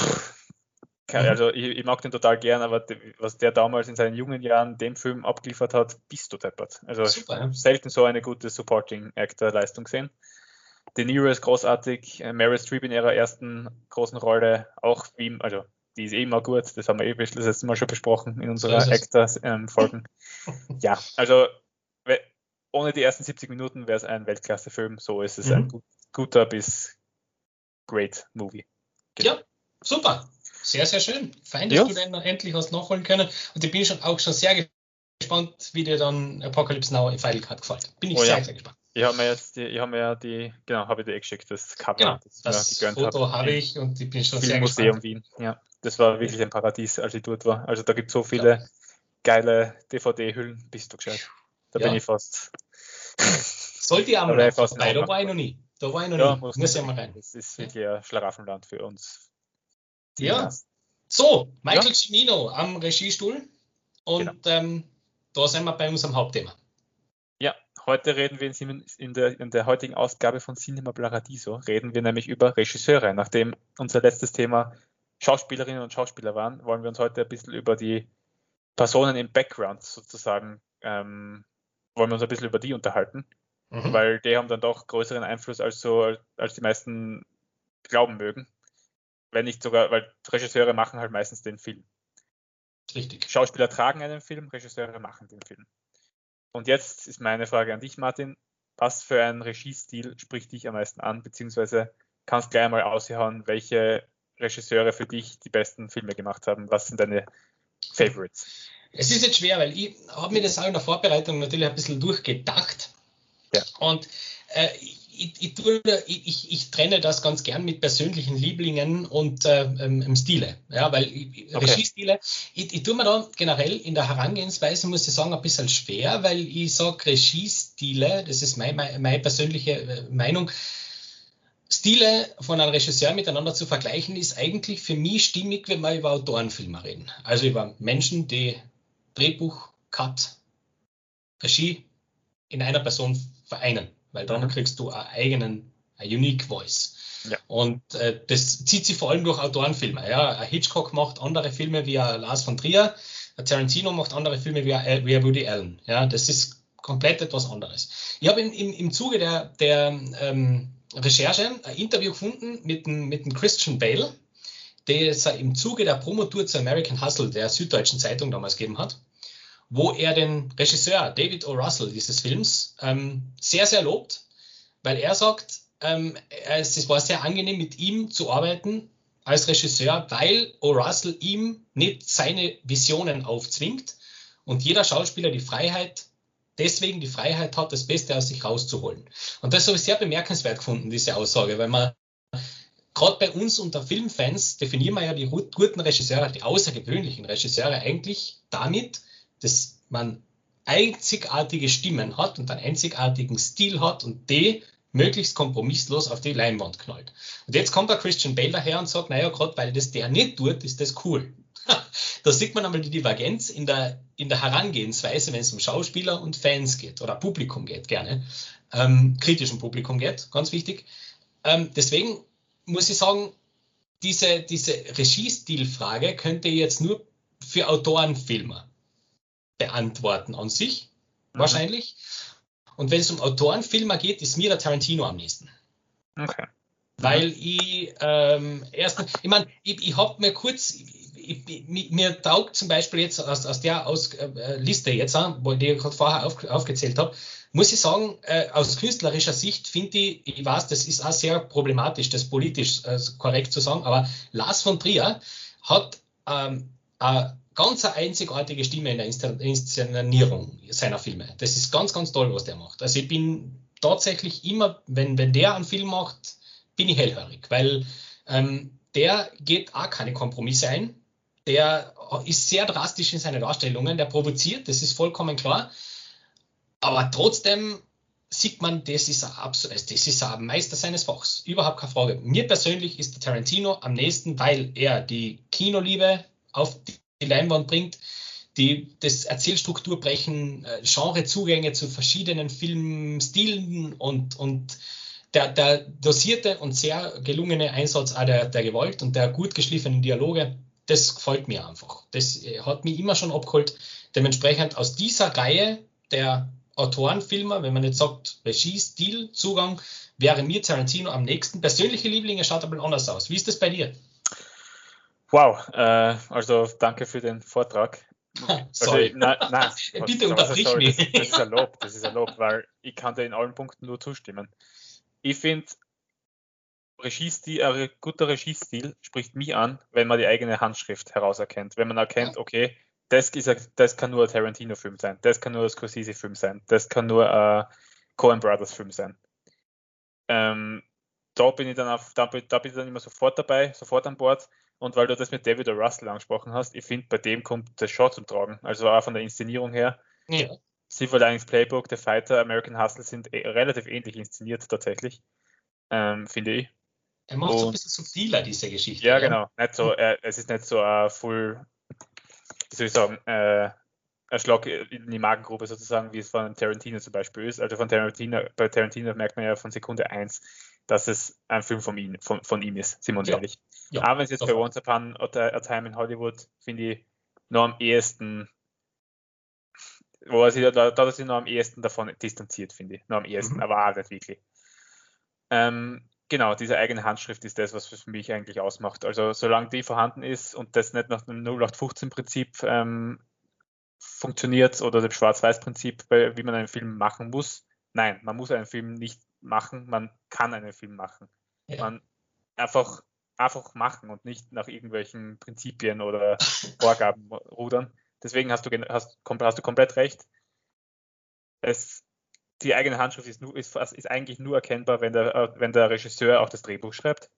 Also ich, ich mag den total gern, aber de, was der damals in seinen jungen Jahren dem Film abgeliefert hat, bist du deppert. Also Super, ja. selten so eine gute Supporting-Actor-Leistung gesehen. De Niro ist großartig, Meryl Streep in ihrer ersten großen Rolle, auch wie, also die ist eh immer gut, das haben wir eh das letzte Mal schon besprochen in unserer So ist es. Actor-Folgen. Ja, also ohne die ersten siebzig Minuten wäre es ein Weltklasse-Film, so ist es Mhm. ein gut, guter bis great Movie. Genau. Ja, super. Sehr, sehr schön. Fein, dass Ja. du den noch endlich hast nachholen können. Und ich bin schon auch schon sehr gespannt, wie dir dann Apocalypse Now in Final Cut gefällt. Bin ich Oh, sehr, ja. sehr gespannt. Ich habe mir jetzt die, ich habe mir ja die, genau, habe ich dir eh geschickt, das Cover, Genau, das, das ich mir gegönnt Foto habe. habe ich und ich bin schon sehr Filmmuseum gespannt. Wien, ja. Das war wirklich ein Paradies, als ich dort war. Also da gibt es so Ja. viele geile D V D-Hüllen, bist du gescheit. Da Ja. bin ich fast. Sollte ich auch Da mal wäre ich laufen fast in vorbei, da Ohnmacht war ich noch gefallen. nie. Da war ich noch Ja, nie. muss Muss ich unbedingt. mal rein. Das ist wirklich ein Schlaraffenland für uns. Ja. So, Michael Ja. Cimino am Regiestuhl und Genau. ähm, da sind wir bei unserem Hauptthema. Ja, heute reden wir in, in, der, in der heutigen Ausgabe von Cinema Paradiso, reden wir nämlich über Regisseure. Nachdem unser letztes Thema Schauspielerinnen und Schauspieler waren, wollen wir uns heute ein bisschen über die Personen im Background sozusagen, ähm, wollen wir uns ein bisschen über die unterhalten, Mhm. weil die haben dann doch größeren Einfluss als so, als die meisten glauben mögen. Wenn nicht sogar, weil Regisseure machen halt meistens den Film. Richtig. Schauspieler tragen einen Film, Regisseure machen den Film. Und jetzt ist meine Frage an dich, Martin. Was für ein Regiestil spricht dich am meisten an, beziehungsweise kannst gleich einmal aushauen, welche Regisseure für dich die besten Filme gemacht haben? Was sind deine Favorites? Es ist jetzt schwer, weil ich habe mir das auch in der Vorbereitung natürlich ein bisschen durchgedacht. Ja. Und äh, ich, ich, tue, ich, ich trenne das ganz gern mit persönlichen Lieblingen und äh, ähm, Stile. Ja, weil ich, Okay. Regiestile, ich, ich tue mir da generell in der Herangehensweise, muss ich sagen, ein bisschen schwer, weil ich sage, Regiestile, das ist meine, meine, meine persönliche Meinung, Stile von einem Regisseur miteinander zu vergleichen, ist eigentlich für mich stimmig, wenn wir über Autorenfilme reden. Also über Menschen, die Drehbuch, Cut, Regie in einer Person vereinen, weil dann Mhm. kriegst du einen eigenen, eine Unique Voice. Ja. Und äh, das zieht sich vor allem durch Autorenfilme. Ja. Ein Hitchcock macht andere Filme wie ein Lars von Trier, ein Tarantino macht andere Filme wie ein, wie ein Woody Allen. Ja. Das ist komplett etwas anderes. Ich habe im, im, im Zuge der, der ähm, Recherche ein Interview gefunden mit dem, mit dem Christian Bale, der es im Zuge der Promotour zur American Hustle der Süddeutschen Zeitung damals gegeben hat, wo er den Regisseur David O. Russell dieses Films ähm, sehr, sehr lobt, weil er sagt, ähm, es war sehr angenehm mit ihm zu arbeiten als Regisseur, weil O. Russell ihm nicht seine Visionen aufzwingt und jeder Schauspieler die Freiheit, deswegen die Freiheit hat, das Beste aus sich rauszuholen. Und das habe ich sehr bemerkenswert gefunden, diese Aussage, weil man gerade bei uns unter Filmfans definieren wir ja die guten Regisseure, die außergewöhnlichen Regisseure eigentlich damit, dass man einzigartige Stimmen hat und einen einzigartigen Stil hat und die möglichst kompromisslos auf die Leinwand knallt. Und jetzt kommt der Christian Bale daher und sagt, naja, gerade weil das der nicht tut, ist das cool. Da sieht man einmal die Divergenz in der, in der Herangehensweise, wenn es um Schauspieler und Fans geht oder Publikum geht, gerne, ähm, kritischen Publikum geht, ganz wichtig. ähm, deswegen muss ich sagen, diese, diese Regiestilfrage könnte ich jetzt nur für Autorenfilme beantworten an sich, Mhm. wahrscheinlich. Und wenn es um Autorenfilme geht, ist mir der Tarantino am nächsten. Okay. Weil ich ähm, erst, ich meine, ich, ich habe mir kurz, ich, ich, mir taugt zum Beispiel jetzt aus, aus der aus, äh, Liste jetzt, wo die ich gerade vorher auf, aufgezählt habe, muss ich sagen, äh, aus künstlerischer Sicht finde ich, ich weiß, das ist auch sehr problematisch, das politisch äh, korrekt zu sagen, aber Lars von Trier hat ähm, eine ganz einzigartige Stimme in der Inszenierung seiner Filme. Das ist ganz, ganz toll, was der macht. Also ich bin tatsächlich immer, wenn, wenn der einen Film macht, bin ich hellhörig, weil ähm, der geht auch keine Kompromisse ein. Der ist sehr drastisch in seinen Darstellungen, der provoziert, das ist vollkommen klar. Aber trotzdem sieht man, das ist, ein, das ist ein Meister seines Fachs. Überhaupt keine Frage. Mir persönlich ist der Tarantino am nächsten, weil er die Kinoliebe auf die Leinwand bringt, die das Erzählstrukturbrechen, Genrezugänge zu verschiedenen Filmstilen und, und der, der dosierte und sehr gelungene Einsatz auch der, der Gewalt und der gut geschliffenen Dialoge, das gefällt mir einfach. Das hat mich immer schon abgeholt. Dementsprechend aus dieser Reihe der Autorenfilme, wenn man jetzt sagt, Regie, Stil, Zugang, wäre mir Tarantino am nächsten. Persönliche Lieblinge schaut aber anders aus. Wie ist das bei dir? Wow, äh, also danke für den Vortrag. Sorry. Also, nein, nein, bitte unterbrich sorry, mich. Das, das ist ein Lob, das ist ein Lob, weil ich kann dir in allen Punkten nur zustimmen. Ich finde, Regiestil, ein guter Regiestil spricht mich an, wenn man die eigene Handschrift herauserkennt. Wenn man erkennt, okay, das, ist ein, das kann nur ein Tarantino-Film sein, das kann nur ein Scorsese-Film sein, das kann nur ein Coen Brothers-Film sein. Ähm, da bin ich dann auf, da, da bin ich dann immer sofort dabei, sofort an Bord. Und weil du das mit David O. Russell angesprochen hast, ich finde, bei dem kommt das schon zum Tragen. Also auch von der Inszenierung her. Ja. Silver Linings Playbook, The Fighter, American Hustle sind eh relativ ähnlich inszeniert tatsächlich, ähm, finde ich. Er macht so ein Und, bisschen subtiler, diese Geschichte. ja, ja, genau. Nicht so, äh, es ist nicht so ein full, wie soll ich sagen, äh, ein Schlag in die Magengrube sozusagen, wie es von Tarantino zum Beispiel ist. Also von Tarantino, bei Tarantino merkt man ja von Sekunde eins, dass es ein Film von ihm, von, von ihm ist, sind wir uns Ja. ehrlich. Ja, Aber wenn es jetzt bei davon. Once Upon a Time in Hollywood, finde ich, noch am ehesten, wo er sich, da, da hat er sich noch am ehesten davon distanziert, finde ich. Noch am ehesten, Mhm. aber auch nicht wirklich. Ähm, genau, diese eigene Handschrift ist das, was es für mich eigentlich ausmacht. Also solange die vorhanden ist und das nicht nach dem null acht fünfzehn Prinzip ähm, funktioniert oder dem Schwarz-Weiß-Prinzip, wie man einen Film machen muss. Nein, man muss einen Film nicht machen, man kann einen Film machen. Ja. Man einfach, einfach machen und nicht nach irgendwelchen Prinzipien oder Vorgaben rudern. Deswegen hast du, hast, hast du komplett recht. Es, die eigene Handschrift ist, nur, ist, ist eigentlich nur erkennbar, wenn der, wenn der Regisseur auch das Drehbuch schreibt.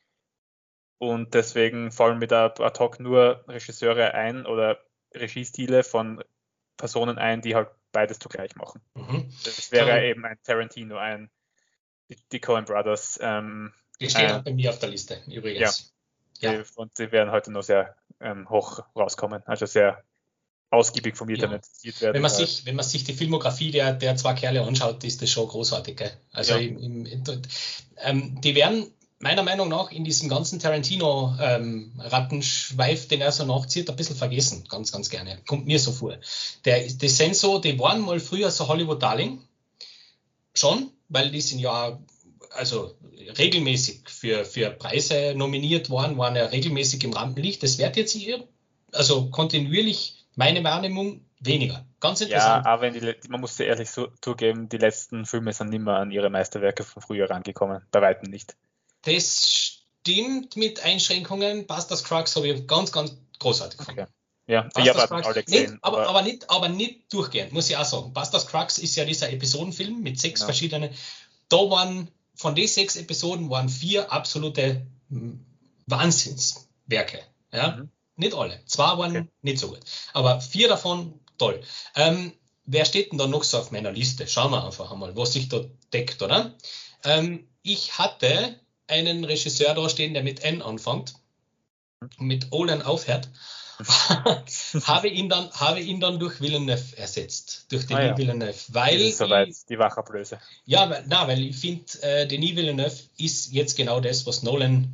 Und deswegen fallen mir da ad hoc nur Regisseure ein oder Regiestile von Personen ein, die halt beides zugleich machen. Mhm. Das wäre Kann, eben ein Tarantino, ein die, die Coen Brothers. Ähm, die stehen ein, auch bei mir auf der Liste, übrigens. Ja, Ja. die, und die werden heute noch sehr ähm, hoch rauskommen, also sehr ausgiebig vom Internet zitiert werden. Wenn man, sich, wenn man sich die Filmografie der, der zwei Kerle anschaut, ist das schon großartig. Gell? Also ja. im, im, ähm, die werden meiner Meinung nach in diesem ganzen Tarantino-Rattenschweif, ähm, den er so nachzieht, ein bisschen vergessen, ganz, ganz gerne. Kommt mir so vor. Der, die sind so, die waren mal früher so Hollywood-Darling. Schon, weil die sind ja also regelmäßig für, für Preise nominiert worden, waren ja regelmäßig im Rampenlicht. Das wird jetzt hier, also kontinuierlich, meine Wahrnehmung, weniger. Ganz interessant. Ja, aber wenn die, man muss ja ehrlich so, zugeben, die letzten Filme sind nicht mehr an ihre Meisterwerke von früher rangekommen, bei weitem nicht. Das stimmt mit Einschränkungen. Buster's Crux habe ich ganz, ganz großartig gefunden. Okay. Ja, ich Buster's habe alle gesehen. Nicht, aber, aber, nicht, aber nicht durchgehend, muss ich auch sagen. Buster's Crux ist ja dieser Episodenfilm mit sechs Genau. verschiedenen. Da waren, von den sechs Episoden waren vier absolute Wahnsinnswerke. Ja? Mhm. Nicht alle. Zwei waren Okay. nicht so gut. Aber vier davon toll. Ähm, wer steht denn da noch so auf meiner Liste? Schauen wir einfach einmal, was sich da deckt, oder? Ähm, ich hatte einen Regisseur da stehen, der mit N anfängt, mit Olan aufhört. habe ihn dann, habe ihn dann durch Villeneuve ersetzt, durch Denis Ah, ja. Villeneuve, weil Ist soweit ich, die Wachablöse. ja, weil, na, weil ich finde, äh, Denis Villeneuve ist jetzt genau das, was Nolan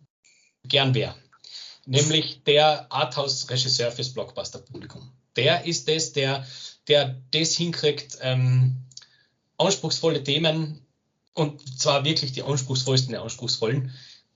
gern wäre, nämlich der Arthouse-Regisseur fürs Blockbuster-Publikum. Der ist das, der, der das hinkriegt, ähm, anspruchsvolle Themen, und zwar wirklich die anspruchsvollsten der anspruchsvollen,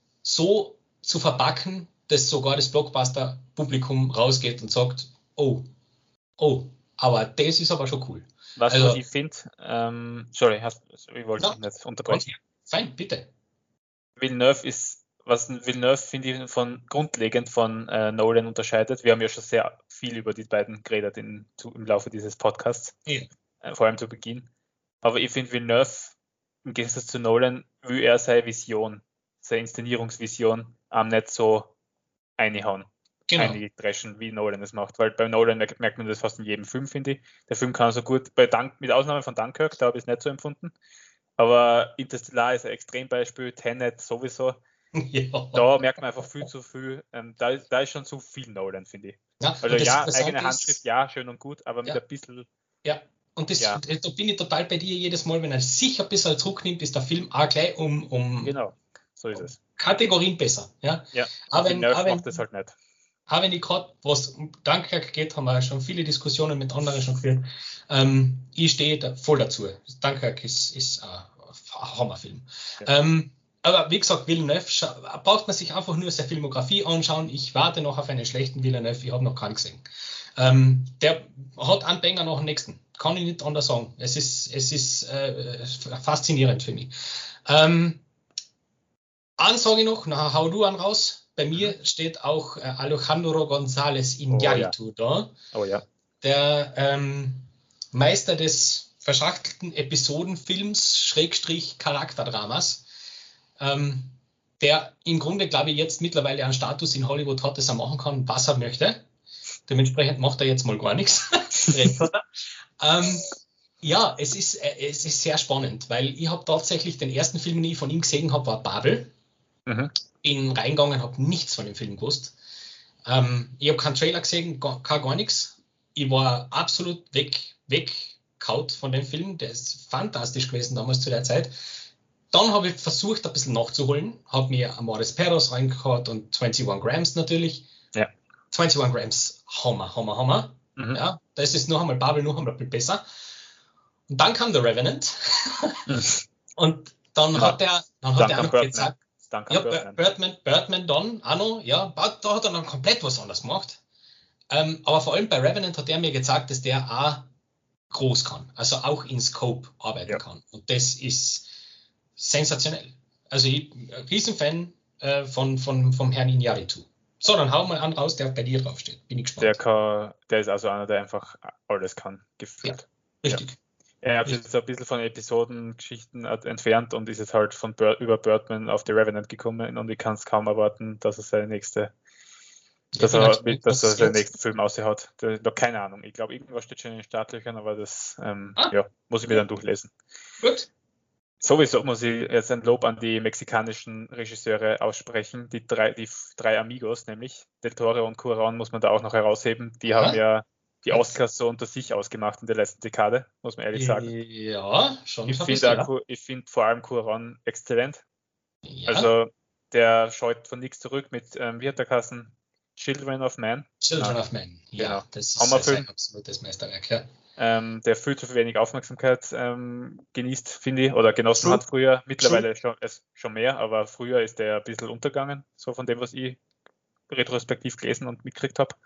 so zu verpacken, dass sogar das Blockbuster-Publikum rausgeht und sagt, oh, oh, aber das ist aber schon cool. Was, Also, was ich finde, ähm, sorry, hast, ich wollte ja, dich nicht ganz unterbrechen. fein, bitte. Villeneuve ist, was Villeneuve, finde ich, von grundlegend von äh, Nolan unterscheidet. Wir haben ja schon sehr viel über die beiden geredet in, zu, im Laufe dieses Podcasts, Ja. äh, vor allem zu Beginn. Aber ich finde, Villeneuve, im Gegensatz zu Nolan, will er seine Vision, seine Inszenierungsvision am nicht so einhauen, Genau. eindreschen, wie Nolan es macht. Weil bei Nolan merkt man das fast in jedem Film, finde ich. Der Film kann so gut, bei Dunk, mit Ausnahme von Dunkirk, da habe ich es nicht so empfunden. Aber Interstellar ist ein Extrembeispiel, Tenet sowieso. Ja. Da merkt man einfach viel zu viel. Ähm, da, ist, da ist schon zu viel Nolan, finde ich. Ja, Also und das ja, eigene Interessante Handschrift, ist, ja, schön und gut, aber mit ja, ein bisschen, ja, und das, ja, da bin ich total bei dir jedes Mal, wenn er sich ein bisschen zurücknimmt, ist der Film auch gleich um, um, genau, so ist um es. Kategorien besser. Ja. Ja, Aber und wenn, Villeneuve aber macht wenn, das halt nicht. auch wenn ich gerade, was um Dunkirk geht, haben wir schon viele Diskussionen mit anderen schon geführt. Ähm, ich stehe da voll dazu. Dunkirk ist, ist ein Hammerfilm. Ja. Ähm, aber wie gesagt, Villeneuve, braucht man sich einfach nur seine Filmografie anschauen. Ich warte noch auf einen schlechten Villeneuve, ich habe noch keinen gesehen. Ähm, der hat einen Banger nach dem nächsten. Kann ich nicht anders sagen. Es ist, es ist äh, faszinierend für mich. Ähm, einen sage ich noch, na, hau du einen raus. Bei mir Mhm. steht auch äh, Alejandro González Oh ja, Iñárritu da, oh ja. der ähm, Meister des verschachtelten Episodenfilms, Schrägstrich Charakterdramas, ähm, der im Grunde, glaube ich, jetzt mittlerweile einen Status in Hollywood hat, dass er machen kann, was er möchte. Dementsprechend macht er jetzt mal gar nichts. ähm, ja, es ist, äh, es ist sehr spannend, weil ich habe tatsächlich den ersten Film, den ich von ihm gesehen habe, war Babel. Mhm. Bin reingegangen, habe nichts von dem Film gewusst. Ähm, ich habe keinen Trailer gesehen, gar, gar, gar nichts. Ich war absolut weg, weggehaut von dem Film. Der ist fantastisch gewesen damals zu der Zeit. Dann habe ich versucht, ein bisschen nachzuholen. Habe mir Amores Perros reingehauen und einundzwanzig Grams natürlich. Ja. einundzwanzig Grams, Hammer, Hammer, Hammer. Mhm. Ja, das ist noch einmal Babel, noch einmal besser. Und dann kam The Revenant. Mhm. Und dann Ja. hat er, dann hat er auch noch Birdman. gezeigt, Duncan ja, Birdman. Birdman, Birdman dann, auch noch, ja, da hat er dann komplett was anderes gemacht. Ähm, aber vor allem bei Revenant hat er mir gezeigt, dass der auch groß kann, also auch in Scope arbeiten Ja. kann. Und das ist sensationell. Also ich bin ein Riesenfan äh, von, von, vom Herrn Iñárritu. So, dann hau mal an raus, der bei dir draufsteht. Bin ich gespannt. Der, kann, der ist also einer, der einfach alles kann, gefühlt. Ja, richtig. Ja. Er hat sich jetzt ein bisschen von Episodengeschichten entfernt und ist jetzt halt von Bir- über Birdman auf The Revenant gekommen und ich kann es kaum erwarten, dass er seine nächste, dass bin er, gespannt, dass was er seinen jetzt- nächsten Film aushat. Da- Noch keine Ahnung. Ich glaube, irgendwas steht schon in den Startlöchern, aber das ähm, Ah. ja, muss ich mir dann durchlesen. Gut. Sowieso muss ich jetzt ein Lob an die mexikanischen Regisseure aussprechen. Die drei, die f- drei Amigos, nämlich Del Toro und Cuarón, muss man da auch noch herausheben. Die Aha. haben ja die Oscars so unter sich ausgemacht in der letzten Dekade, muss man ehrlich sagen. Ja, schon Ich ein finde bisschen, ja. auch- ich finde vor allem Cuarón exzellent. Ja, Also der scheut von nichts zurück mit, ähm, wie hat der Kassen? Children of Man. Children Ah, of Men. Ja, genau. das ist Hammerfilm. sein absolutes Meisterwerk, ja. Ähm, der viel zu wenig Aufmerksamkeit ähm, genießt, finde ich, oder genossen True. hat früher. Mittlerweile schon, es, schon mehr, aber früher ist der ein bisschen untergegangen, so von dem, was ich retrospektiv gelesen und mitgekriegt habe.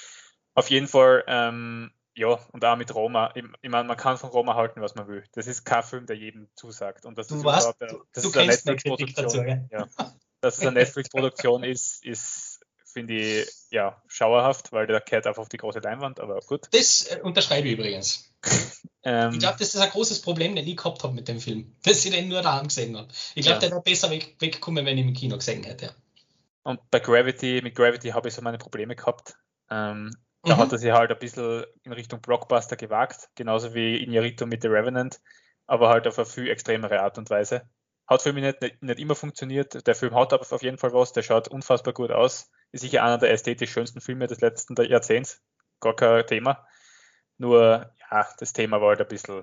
Auf jeden Fall, ähm, ja, und auch mit Roma. Ich, ich meine, man kann von Roma halten, was man will. Das ist kein Film, der jedem zusagt. Und dass Du das weißt, überhaupt, du, das du ist eine kennst meine Kritik dazu, Netflix-Produktion. gell? Ja, dass es eine Netflix-Produktion ist, ist, finde ich, ja, schauerhaft, weil der kehrt einfach auf die große Leinwand, aber gut. Das äh, unterschreibe ich übrigens. Ähm, Ich glaube, das ist ein großes Problem, den ich gehabt habe mit dem Film, dass ich den nur daheim gesehen habe. Ich glaube, Ja. der wäre besser weg, weggekommen, wenn ich ihn im Kino gesehen hätte. Und bei Gravity, mit Gravity habe ich so meine Probleme gehabt. Ähm, da Mhm. hat er sich halt ein bisschen in Richtung Blockbuster gewagt, genauso wie Iñárritu mit The Revenant, aber halt auf eine viel extremere Art und Weise. hat für mich nicht, nicht, nicht immer funktioniert. Der Film hat aber auf jeden Fall was, der schaut unfassbar gut aus. Ist sicher einer der ästhetisch schönsten Filme des letzten Jahrzehnts. Gar kein Thema. Nur, ja, das Thema war halt ein bisschen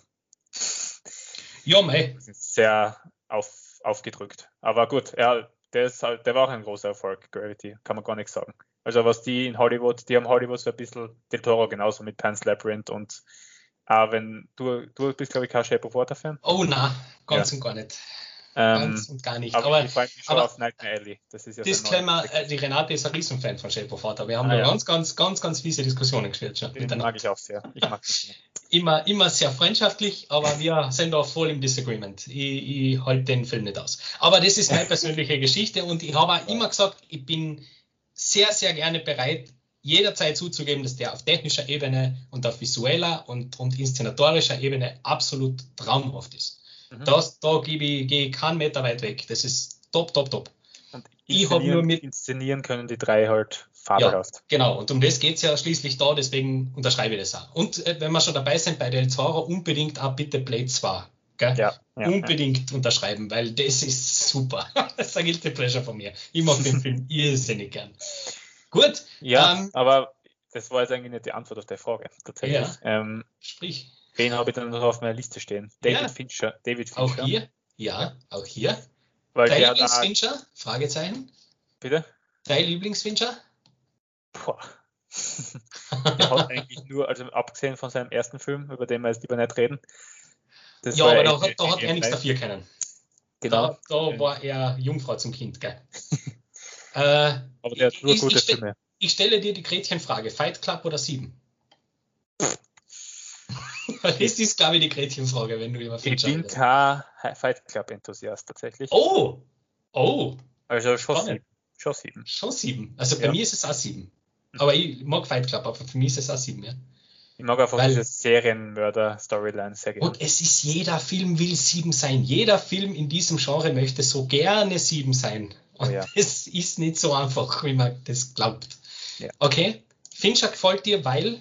Ja, mei. sehr auf, aufgedrückt. Aber gut, ja, der, ist halt, der war auch ein großer Erfolg, Gravity, kann man gar nichts sagen. Also was die in Hollywood, die haben Hollywood so ein bisschen Del Toro genauso mit Pan's Labyrinth und auch wenn du, du bist, glaube ich, kein Shape of Water Fan. Oh na, ganz Ja. und gar nicht. Ähm, Ganz und gar nicht. aber, Aber, ich freue mich schon aber auf Nightmare Alley. Das ist ja Disclaimer, sein äh, die Renate ist ein Riesenfan von Shape of Water. Wir haben Ah, da ja. ganz, ganz, ganz, ganz fiese Diskussionen geführt schon Den miteinander. mag ich auch sehr. Ich mag das sehr. Immer, immer sehr freundschaftlich, aber wir sind da voll im Disagreement. Ich, ich halte den Film nicht aus. Aber das ist meine persönliche Geschichte und ich habe auch immer gesagt, ich bin sehr, sehr gerne bereit, jederzeit zuzugeben, dass der auf technischer Ebene und auf visueller und, und inszenatorischer Ebene absolut traumhaft ist. Mhm. Das, da gebe ich, gehe ich keinen Meter weit weg. Das ist top, top, top. Und Ich habe nur inszenieren, mit. inszenieren können die drei halt Ja, fabelhaft. genau. Und um das geht es ja schließlich da, deswegen unterschreibe ich das auch. Und äh, wenn wir schon dabei sind bei Del Toro, unbedingt auch bitte Blade zwei. Gell? Ja, ja, unbedingt unterschreiben, weil das ist super. Das ist ein Guilty Pleasure von mir. Ich mag den Film irrsinnig gern. Gut. Ja, ähm, aber das war jetzt eigentlich nicht die Antwort auf der Frage, tatsächlich. Ja. Ähm, Sprich. wen habe ich dann noch auf meiner Liste stehen? David Ja. Fincher. David Auch Fincher. hier? Ja, Ja. auch hier. Weil Drei der hat auch, Lieblingsfincher? Fragezeichen. bitte? Drei Lieblingsfincher? Boah. Der hat eigentlich nur, also abgesehen von seinem ersten Film, über den wir jetzt lieber nicht reden. Das Ja, war aber ja da, hat- da hat er Alien nichts drei. dafür können. Genau. Da, da war er Jungfrau zum Kind, gell? äh, Aber der hat ich, nur ich, gute ich, stell, Filme. ich stelle dir die Gretchenfrage: Fight Club oder sieben? Das ist, glaube ich, die Gretchenfrage, wenn du über Ich Fincher bin redest. kein Fight Club-Enthusiast tatsächlich. Oh! Oh! Also schon Spannend. sieben. Schon sieben. Schon sieben. Also bei Ja. mir ist es auch sieben. Aber ich mag Fight Club, aber für mich ist es auch sieben, ja. Ich mag einfach Weil- diese Serienmörder-Storyline sehr gerne. Und es ist, jeder Film will sieben sein. Jeder Film in diesem Genre möchte so gerne sieben sein. Und Oh ja. das ist nicht so einfach, wie man das glaubt. Ja. Okay, Fincher gefällt dir, weil?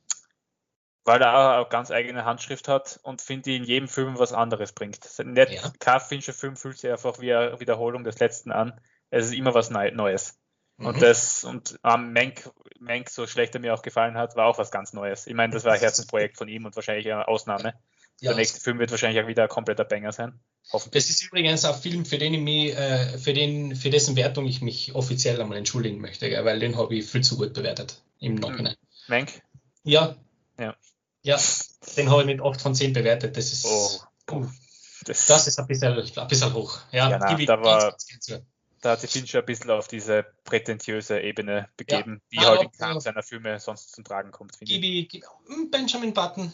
Weil er auch eine ganz eigene Handschrift hat und finde ich in jedem Film was anderes bringt. Nicht, Ja. Kein Fincher-Film fühlt sich einfach wie eine Wiederholung des letzten an. Es ist immer was Neu- Neues. Und Mhm. das, und am Mank, Mank, so schlecht er mir auch gefallen hat, war auch was ganz Neues. Ich meine, das war ein Herzensprojekt von ihm und wahrscheinlich eine Ausnahme. Ja, Der nächste Film wird wahrscheinlich auch wieder ein kompletter Banger sein. Hoffentlich. das ist übrigens ein Film, für den ich mich, äh, für den, für dessen Wertung ich mich offiziell einmal entschuldigen möchte, gell, weil den habe ich viel zu gut bewertet im Nachhinein. Mank? Ja. Ja. Ja, den habe ich mit acht von zehn bewertet. Das ist, Oh, puh, Das, das ist ein bisschen, ein bisschen hoch. Ja, Ja, na, gebe ich da war- ganz, ganz gern zu. da hat sich Fincher ein bisschen auf diese prätentiöse Ebene begeben, die Ah, halt ja, in keinem ja. seiner Filme sonst zum Tragen kommt, finde ich. Gebe ich, gebe, hm, Benjamin Button.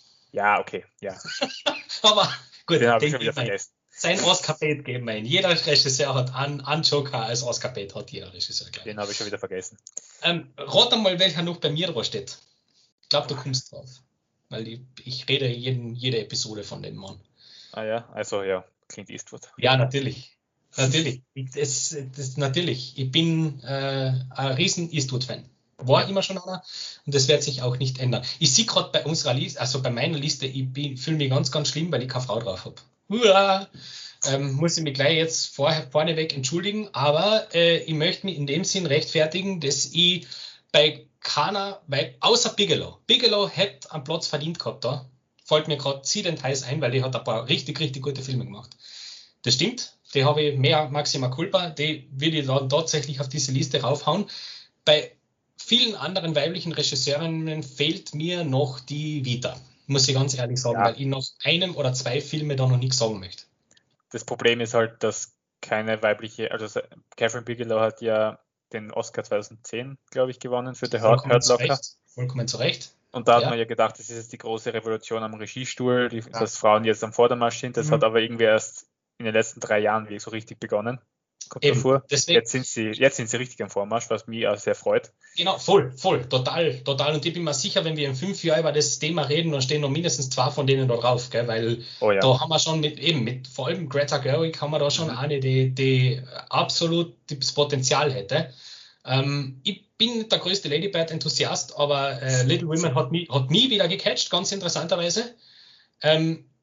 Ja, okay, ja. Aber gut, Den habe ich den schon wieder geben wir ihn. vergessen. Sein Oscar-Bait geben wir ihn. Jeder Regisseur hat einen, einen Joker als Oscar-Bait, hat jeder Regisseur gleich. Den habe ich schon wieder vergessen. Ähm, rat einmal, welcher noch bei mir da steht. Ich glaube, du kommst drauf. Weil ich, ich rede jeden, jede Episode von dem Mann. Ah ja, also ja, Clint Eastwood. Ja, natürlich. Natürlich. Ich, das, das, natürlich. Ich bin äh, ein riesen Eastwood-Fan. War Ja. immer schon einer und das wird sich auch nicht ändern. Ich sehe gerade bei unserer Liste, also bei meiner Liste, ich fühle mich ganz, ganz schlimm, weil ich keine Frau drauf habe. Uah. Ähm, muss ich mich gleich jetzt vorher, vorneweg entschuldigen, aber äh, ich möchte mich in dem Sinn rechtfertigen, dass ich bei keiner, weil außer Bigelow, Bigelow hätte einen Platz verdient gehabt da, fällt mir gerade ziemlich heiß ein, weil die hat ein paar richtig, richtig gute Filme gemacht. Das stimmt, die habe ich mehr Maxima Culpa, die würde ich dann tatsächlich auf diese Liste raufhauen. Bei vielen anderen weiblichen Regisseurinnen fehlt mir noch die Vita, muss ich ganz ehrlich sagen, Ja. weil ich nach einem oder zwei Filme da noch nichts sagen möchte. Das Problem ist halt, dass keine weibliche, also Catherine Bigelow hat ja den Oscar zweitausendzehn, glaube ich, gewonnen für The Hurt, Vollkommen Hurt zu Locker. Recht. Vollkommen zu Recht. Und da hat Ja. man ja gedacht, das ist jetzt die große Revolution am Regiestuhl, die, Ja. dass Frauen jetzt am Vordermarsch sind. Das Mhm. hat aber irgendwie erst in den letzten drei Jahren wirklich so richtig begonnen. Kommt Eben, davor. deswegen- Jetzt sind sie, jetzt sind sie richtig am Vormarsch, was mich auch sehr freut. Genau, voll, voll, total, total. Und ich bin mir sicher, wenn wir in fünf Jahren über das Thema reden, dann stehen noch mindestens zwei von denen da drauf, gell? Weil Oh ja. da haben wir schon mit, eben mit, vor allem Greta Gerwig haben wir da schon Mhm. eine, die, die absolut das Potenzial hätte. Ähm, ich bin nicht der größte Ladybird-Enthusiast, aber äh, Little Women hat mich, hat mich wieder gecatcht, ganz interessanterweise. Ähm,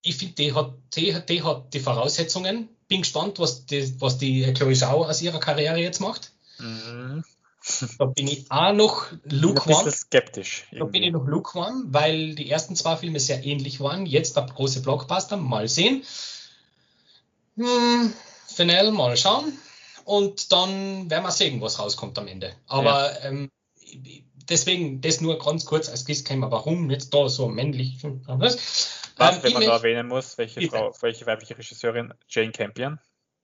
ich finde, die hat, die, die hat die Voraussetzungen. Bin gespannt, was die, was die Chloe Zhao aus ihrer Karriere jetzt macht. Mhm. Da bin ich auch noch Ich bin ein lukewarm. bisschen skeptisch. Da bin Irgendwie. ich noch lukewarm, weil die ersten zwei Filme sehr ähnlich waren. Jetzt der große Blockbuster. Mal sehen. Hm, Finale, mal schauen. Und dann werden wir sehen, was rauskommt am Ende. Aber ja. ähm, deswegen, das nur ganz kurz als Disclaimer, warum jetzt da so männlich. Was, Was ähm, wenn ich man möcht- da erwähnen muss, welche bitte. Frau, welche weibliche Regisseurin? Jane Campion.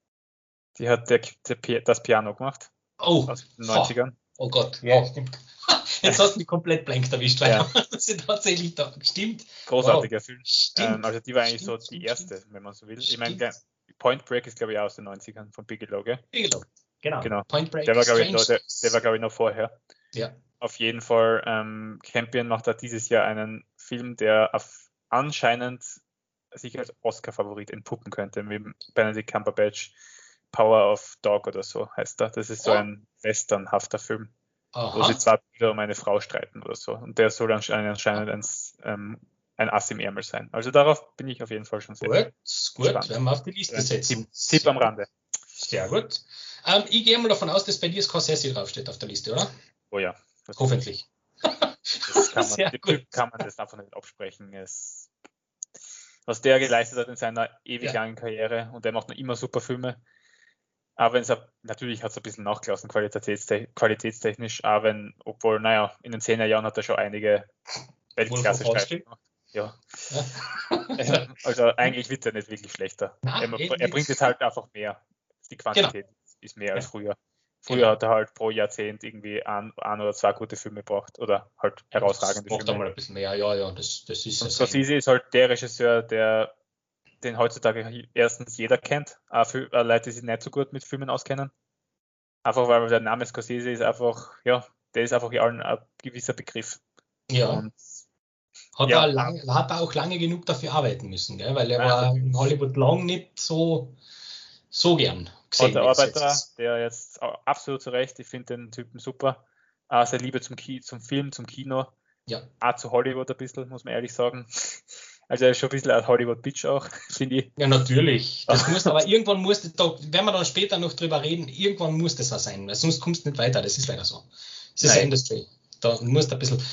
Die hat der, der, das Piano gemacht. Oh, Aus den ha. neunzigern. Oh Gott, ja, stimmt. Jetzt hast du mich komplett blank erwischt, weil Ja. das ist tatsächlich da. Stimmt. Großartiger Wow. Film. Stimmt. Ähm, also die war eigentlich Stimmt, so stimmt, die erste, stimmt. wenn man so will. Stimmt. Ich meine, Point Break ist glaube ich auch aus den neunzigern von Bigelow, gell? Bigelow. Genau. Genau. Point Break. Der war glaube ich, Strange noch- der, Days. der war, glaube ich noch vorher. Ja. Auf jeden Fall, ähm, Campion macht da dieses Jahr einen Film, der auf, anscheinend sich als Oscar-Favorit entpuppen könnte, mit Benedict Cumberbatch. Power of Dog oder so heißt er. Das ist so Oh. ein westernhafter Film, wo Aha. sich zwei Brüder um eine Frau streiten oder so. Und der soll anscheinend, anscheinend ein, ähm, ein Ass im Ärmel sein. Also darauf bin ich auf jeden Fall schon sehr Gut, gut, gespannt. werden wir auf die Liste Ein setzen. Tipp, Tipp am Rande. Sehr gut. Ähm, ich gehe mal davon aus, dass bei dir Scorsese draufsteht auf der Liste, oder? Oh ja. natürlich. Hoffentlich. Das kann man, Sehr dem gut. Typ kann man das einfach nicht absprechen. Es, was der geleistet hat in seiner ewig Ja. langen Karriere, und der macht noch immer super Filme. Aber wenn es natürlich hat es ein bisschen nachgelassen, qualitätste- qualitätstechnisch, aber wenn, obwohl, naja, in den zehner Jahren hat er schon einige Weltklasse-Streifen gemacht. Ja. Ja. Also eigentlich wird er nicht wirklich schlechter. Nein, er, eh er bringt nicht. jetzt halt einfach mehr. Die Quantität ist mehr als Ja. früher. Früher Genau. hat er halt pro Jahrzehnt irgendwie ein, ein oder zwei gute Filme gebracht oder halt herausragende Das macht Filme. einmal ein bisschen mehr, ja, ja, das, das ist Und ja sein. Scorsese ist halt der Regisseur, der den heutzutage erstens jeder kennt, auch für Leute, die sich nicht so gut mit Filmen auskennen. Einfach weil der Name Scorsese ist einfach, ja, der ist einfach allen ein gewisser Begriff. Ja. Und Hat, ja, er lang, hat er auch lange genug dafür arbeiten müssen, gell? Weil er Nein, war natürlich. in Hollywood lang nicht so, so gern gesehen. der wie es jetzt Arbeiter, ist. der jetzt auch absolut zu Recht, ich finde den Typen super. Auch seine Liebe zum, Ki zum Film, zum Kino, Ja. auch zu Hollywood ein bisschen, muss man ehrlich sagen. Also er ist schon ein bisschen ein Hollywood-Bitch auch, finde ich. Ja, natürlich. Das muss, aber irgendwann muss das, da werden wir dann später noch drüber reden, irgendwann muss das auch sein, weil sonst kommst du nicht weiter, das ist leider so. Das ist Nein. eine Industry. Da musst du ein bisschen.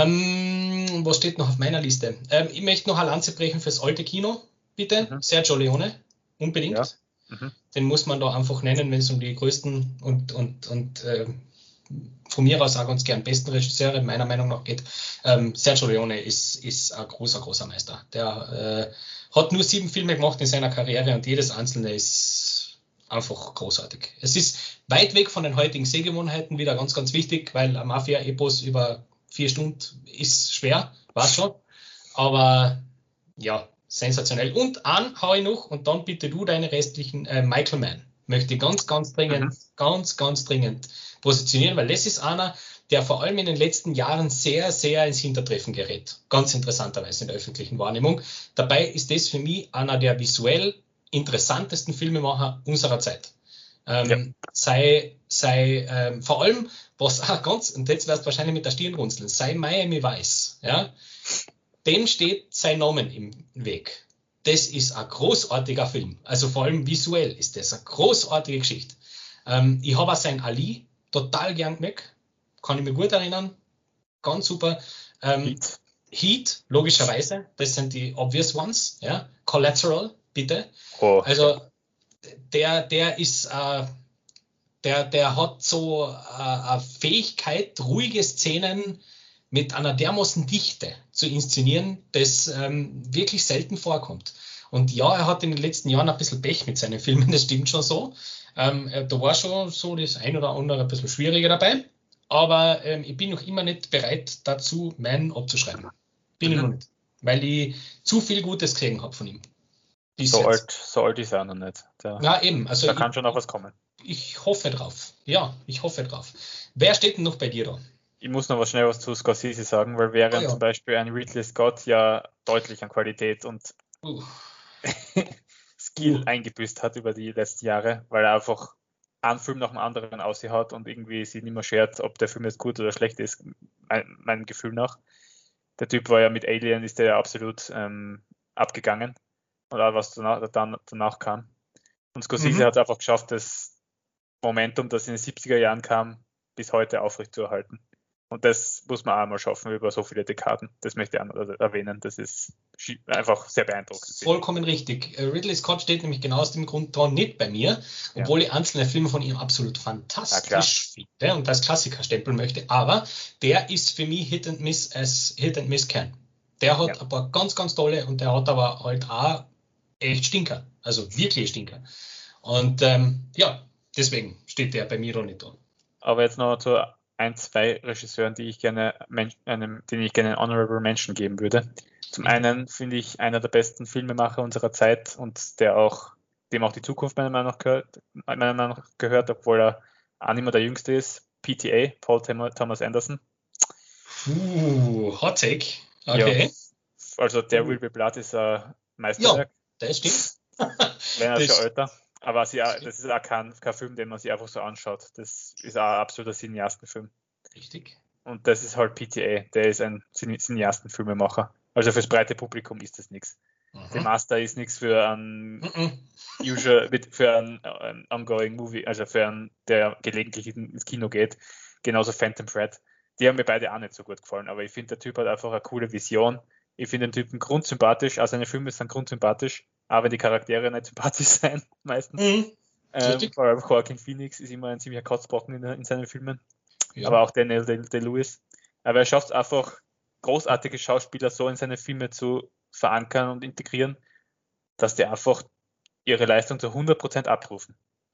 Ähm, was steht noch auf meiner Liste? Ähm, ich möchte noch eine Lanze brechen fürs alte Kino, bitte. Mhm. Sergio Leone, unbedingt. Ja. Mhm. Den muss man da einfach nennen, wenn es um die größten und, und, und äh, von mir aus auch ganz gern besten Regisseure meiner Meinung nach geht. Ähm, Sergio Leone ist, ist ein großer, großer Meister. Der äh, hat nur sieben Filme gemacht in seiner Karriere und jedes einzelne ist einfach großartig. Es ist weit weg von den heutigen Sehgewohnheiten, wieder ganz, ganz wichtig, weil ein Mafia-Epos über vier Stunden ist schwer, weiß schon. Aber ja, sensationell. Und an hau ich noch, und dann bitte du deine restlichen, äh, Michael Mann. Möchte ich ganz, ganz dringend, Mhm. ganz, ganz dringend positionieren, weil das ist einer, der vor allem in den letzten Jahren sehr, sehr ins Hintertreffen gerät. Ganz interessanterweise in der öffentlichen Wahrnehmung. Dabei ist das für mich einer der visuell interessantesten Filmemacher unserer Zeit. Ähm, Ja. sei, sei ähm, vor allem, was auch ganz, und jetzt wirst du wahrscheinlich mit der Stirn runzeln, sei Miami Vice, ja, dem steht sein Name im Weg. Das ist ein großartiger Film. Also vor allem visuell ist das eine großartige Geschichte. Ähm, ich habe auch sein Ali total gern gemerkt. Kann ich mich gut erinnern. Ganz super. Ähm, Heat. Heat, logischerweise. Das sind die obvious ones. Ja. Collateral, bitte. Oh, Also der, der ist, äh, der, der hat so äh, eine Fähigkeit, ruhige Szenen mit einer dermaßen Dichte zu inszenieren, das ähm, wirklich selten vorkommt. Und ja, er hat in den letzten Jahren ein bisschen Pech mit seinen Filmen, das stimmt schon so. Ähm, da war schon so das ein oder andere ein bisschen schwieriger dabei. Aber ähm, ich bin noch immer nicht bereit dazu, meinen abzuschreiben. Bin Mhm. ich noch nicht. Weil ich zu viel Gutes gesehen habe von ihm. Bis so jetzt. alt, so alt ist er noch nicht. Da, Ja, eben. Also da ich, kann schon noch was kommen. ich hoffe drauf. Ja, ich hoffe drauf. Wer steht denn noch bei dir da? Ich muss noch was schnell was zu Scorsese sagen, weil während Ah, ja. zum Beispiel ein Ridley Scott ja deutlich an Qualität und Uh, Skill uh. eingebüßt hat über die letzten Jahre, weil er einfach einen Film nach dem anderen aussieht und irgendwie sich nicht mehr schert, ob der Film jetzt gut oder schlecht ist, mein, meinem Gefühl nach. Der Typ war ja mit Alien, ist der ja absolut ähm, abgegangen. oder was danach, dann, danach kam. Und Scorsese Mhm. hat es einfach geschafft, das Momentum, das in den siebziger Jahren kam, bis heute aufrechtzuerhalten. Und das muss man auch mal schaffen über so viele Dekaden. Das möchte ich auch noch erwähnen. Das ist einfach sehr beeindruckend. Vollkommen richtig. Ridley Scott steht nämlich genau aus dem Grund dran nicht bei mir, obwohl Ja. ich einzelne Filme von ihm absolut Ja, fantastisch finde und als Klassiker-Stempel möchte. Aber der ist für mich Hit and Miss als Hit and Miss Kern. Der hat Ja. ein paar ganz, ganz tolle und der hat aber halt auch echt Stinker. Also wirklich Stinker. Und ähm, ja, deswegen steht der bei mir auch nicht dran. Aber jetzt noch zu ein, zwei Regisseuren, die ich gerne einem, denen ich gerne einen Honorable Mention geben würde. Zum einen finde ich einer der besten Filmemacher unserer Zeit und der auch, dem auch die Zukunft meiner Meinung nach gehört, meiner Meinung nach gehört, obwohl er auch nicht mehr der Jüngste ist. P T A, Paul Thomas Anderson. Uh, Hot Take. Okay. Ja, also der uh. Will Be Blood ist ein Meisterwerk. Ja, das stimmt. Wenn er schon älter. Aber sie, das ist auch kein, kein Film, den man sich einfach so anschaut. Das ist auch ein absoluter Cineastenfilm. Richtig. Und das ist halt P T A, der ist ein Cineastenfilmemacher. Also fürs breite Publikum ist das nichts. Mhm. The Master ist nichts für einen mhm. usual, für einen, einen ongoing Movie, also für einen, der gelegentlich ins Kino geht. Genauso Phantom Thread. Die haben mir beide auch nicht so gut gefallen, aber ich finde, der Typ hat einfach eine coole Vision. Ich finde den Typen grundsympathisch, also seine Filme sind grundsympathisch, aber wenn die Charaktere nicht sympathisch sein, meistens. Mhm. Ähm, vor allem Joaquin Phoenix ist immer ein ziemlicher Kotzbrocken in, in seinen Filmen. Ja. Aber auch Daniel Day-Lewis. Aber er schafft es einfach, großartige Schauspieler so in seine Filme zu verankern und integrieren, dass die einfach ihre Leistung zu hundert Prozent abrufen.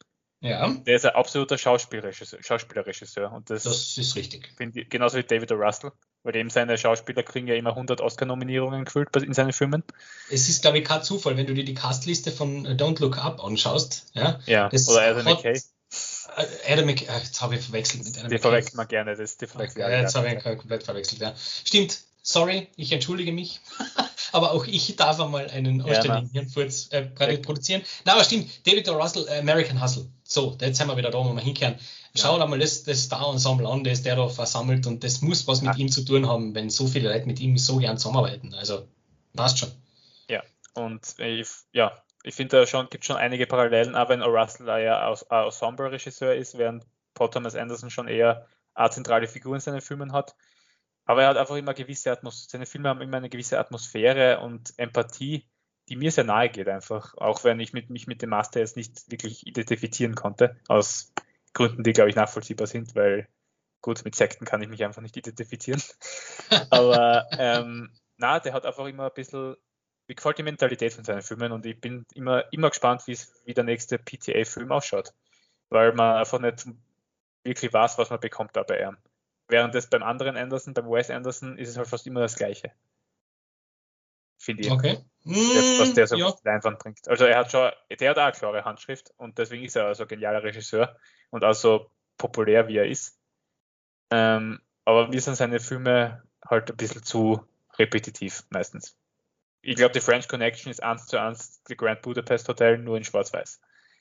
Ja. Der ist ein absoluter Schauspielregisseur. Schauspielerregisseur. Und das, das ist richtig. Finde ich, genauso wie David O. Russell, weil eben seine Schauspieler kriegen ja immer hundert Oscar-Nominierungen gefüllt in seinen Filmen. Es ist, glaube ich, kein Zufall, wenn du dir die Castliste von Don't Look Up anschaust. Ja, ja das oder Adam McKay. Adam McKay, jetzt habe ich verwechselt mit Adam McKay. Die verwechselt man gerne, das die verwechselt okay, jetzt habe ich komplett verwechselt, ja. Stimmt, sorry, ich entschuldige mich. Aber auch ich darf einmal einen anständigen ja, Hirnfurz äh, produzieren. Na, aber stimmt, David O. Russell, äh, American Hustle. So, jetzt sind wir wieder da, wo wir hinkehren. Schau ja. mal das, das Star-Ensemble an, das der da versammelt und das muss was mit ja. ihm zu tun haben, wenn so viele Leute mit ihm so gern zusammenarbeiten. Also, passt schon. Ja, und ich, ja, ich finde, da schon, gibt schon einige Parallelen, auch wenn O. Russell ja ein Ensemble-Regisseur ist, während Paul Thomas Anderson schon eher eine zentrale Figur in seinen Filmen hat. Aber er hat einfach immer gewisse Atmosphäre, seine Filme haben immer eine gewisse Atmosphäre und Empathie, die mir sehr nahe geht einfach, auch wenn ich mit, mich mit dem Master jetzt nicht wirklich identifizieren konnte, aus Gründen, die, glaube ich, nachvollziehbar sind, weil, gut, mit Sekten kann ich mich einfach nicht identifizieren. Aber, ähm, na, der hat einfach immer ein bisschen, mir gefällt die Mentalität von seinen Filmen und ich bin immer, immer gespannt, wie der nächste P T A-Film ausschaut, weil man einfach nicht wirklich weiß, was man bekommt da bei ihm. Während das beim anderen Anderson, beim Wes Anderson, ist es halt fast immer das Gleiche. Finde ich. Okay. Der, was der so ja. auf die Leinwand bringt. Also er hat schon, der hat auch eine klare Handschrift und deswegen ist er also ein genialer Regisseur und auch so populär, wie er ist. Ähm, aber mir sind seine Filme halt ein bisschen zu repetitiv meistens. Ich glaube, die French Connection ist eins zu eins die Grand Budapest Hotel, nur in Schwarz-Weiß.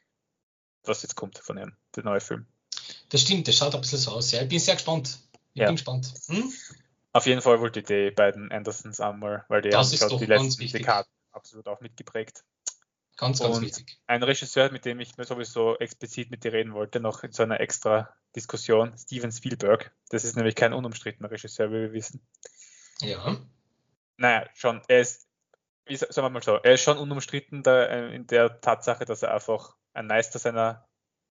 Was jetzt kommt von ihm, der neue Film. Das stimmt, das schaut ein bisschen so aus. Ja, ich bin sehr gespannt. Ich ja. bin gespannt. Hm? Auf jeden Fall wollte ich die beiden Andersons einmal, weil die das haben die letzten Dekaden absolut auch mitgeprägt. Ganz, ganz und wichtig. Ein Regisseur, mit dem ich mir sowieso explizit mit dir reden wollte, noch in so einer extra Diskussion, Steven Spielberg. Das ist nämlich kein unumstrittener Regisseur, wie wir wissen. Ja. Naja, schon, er ist, wie sagen wir mal so, er ist schon unumstritten da, in der Tatsache, dass er einfach ein Meister seiner,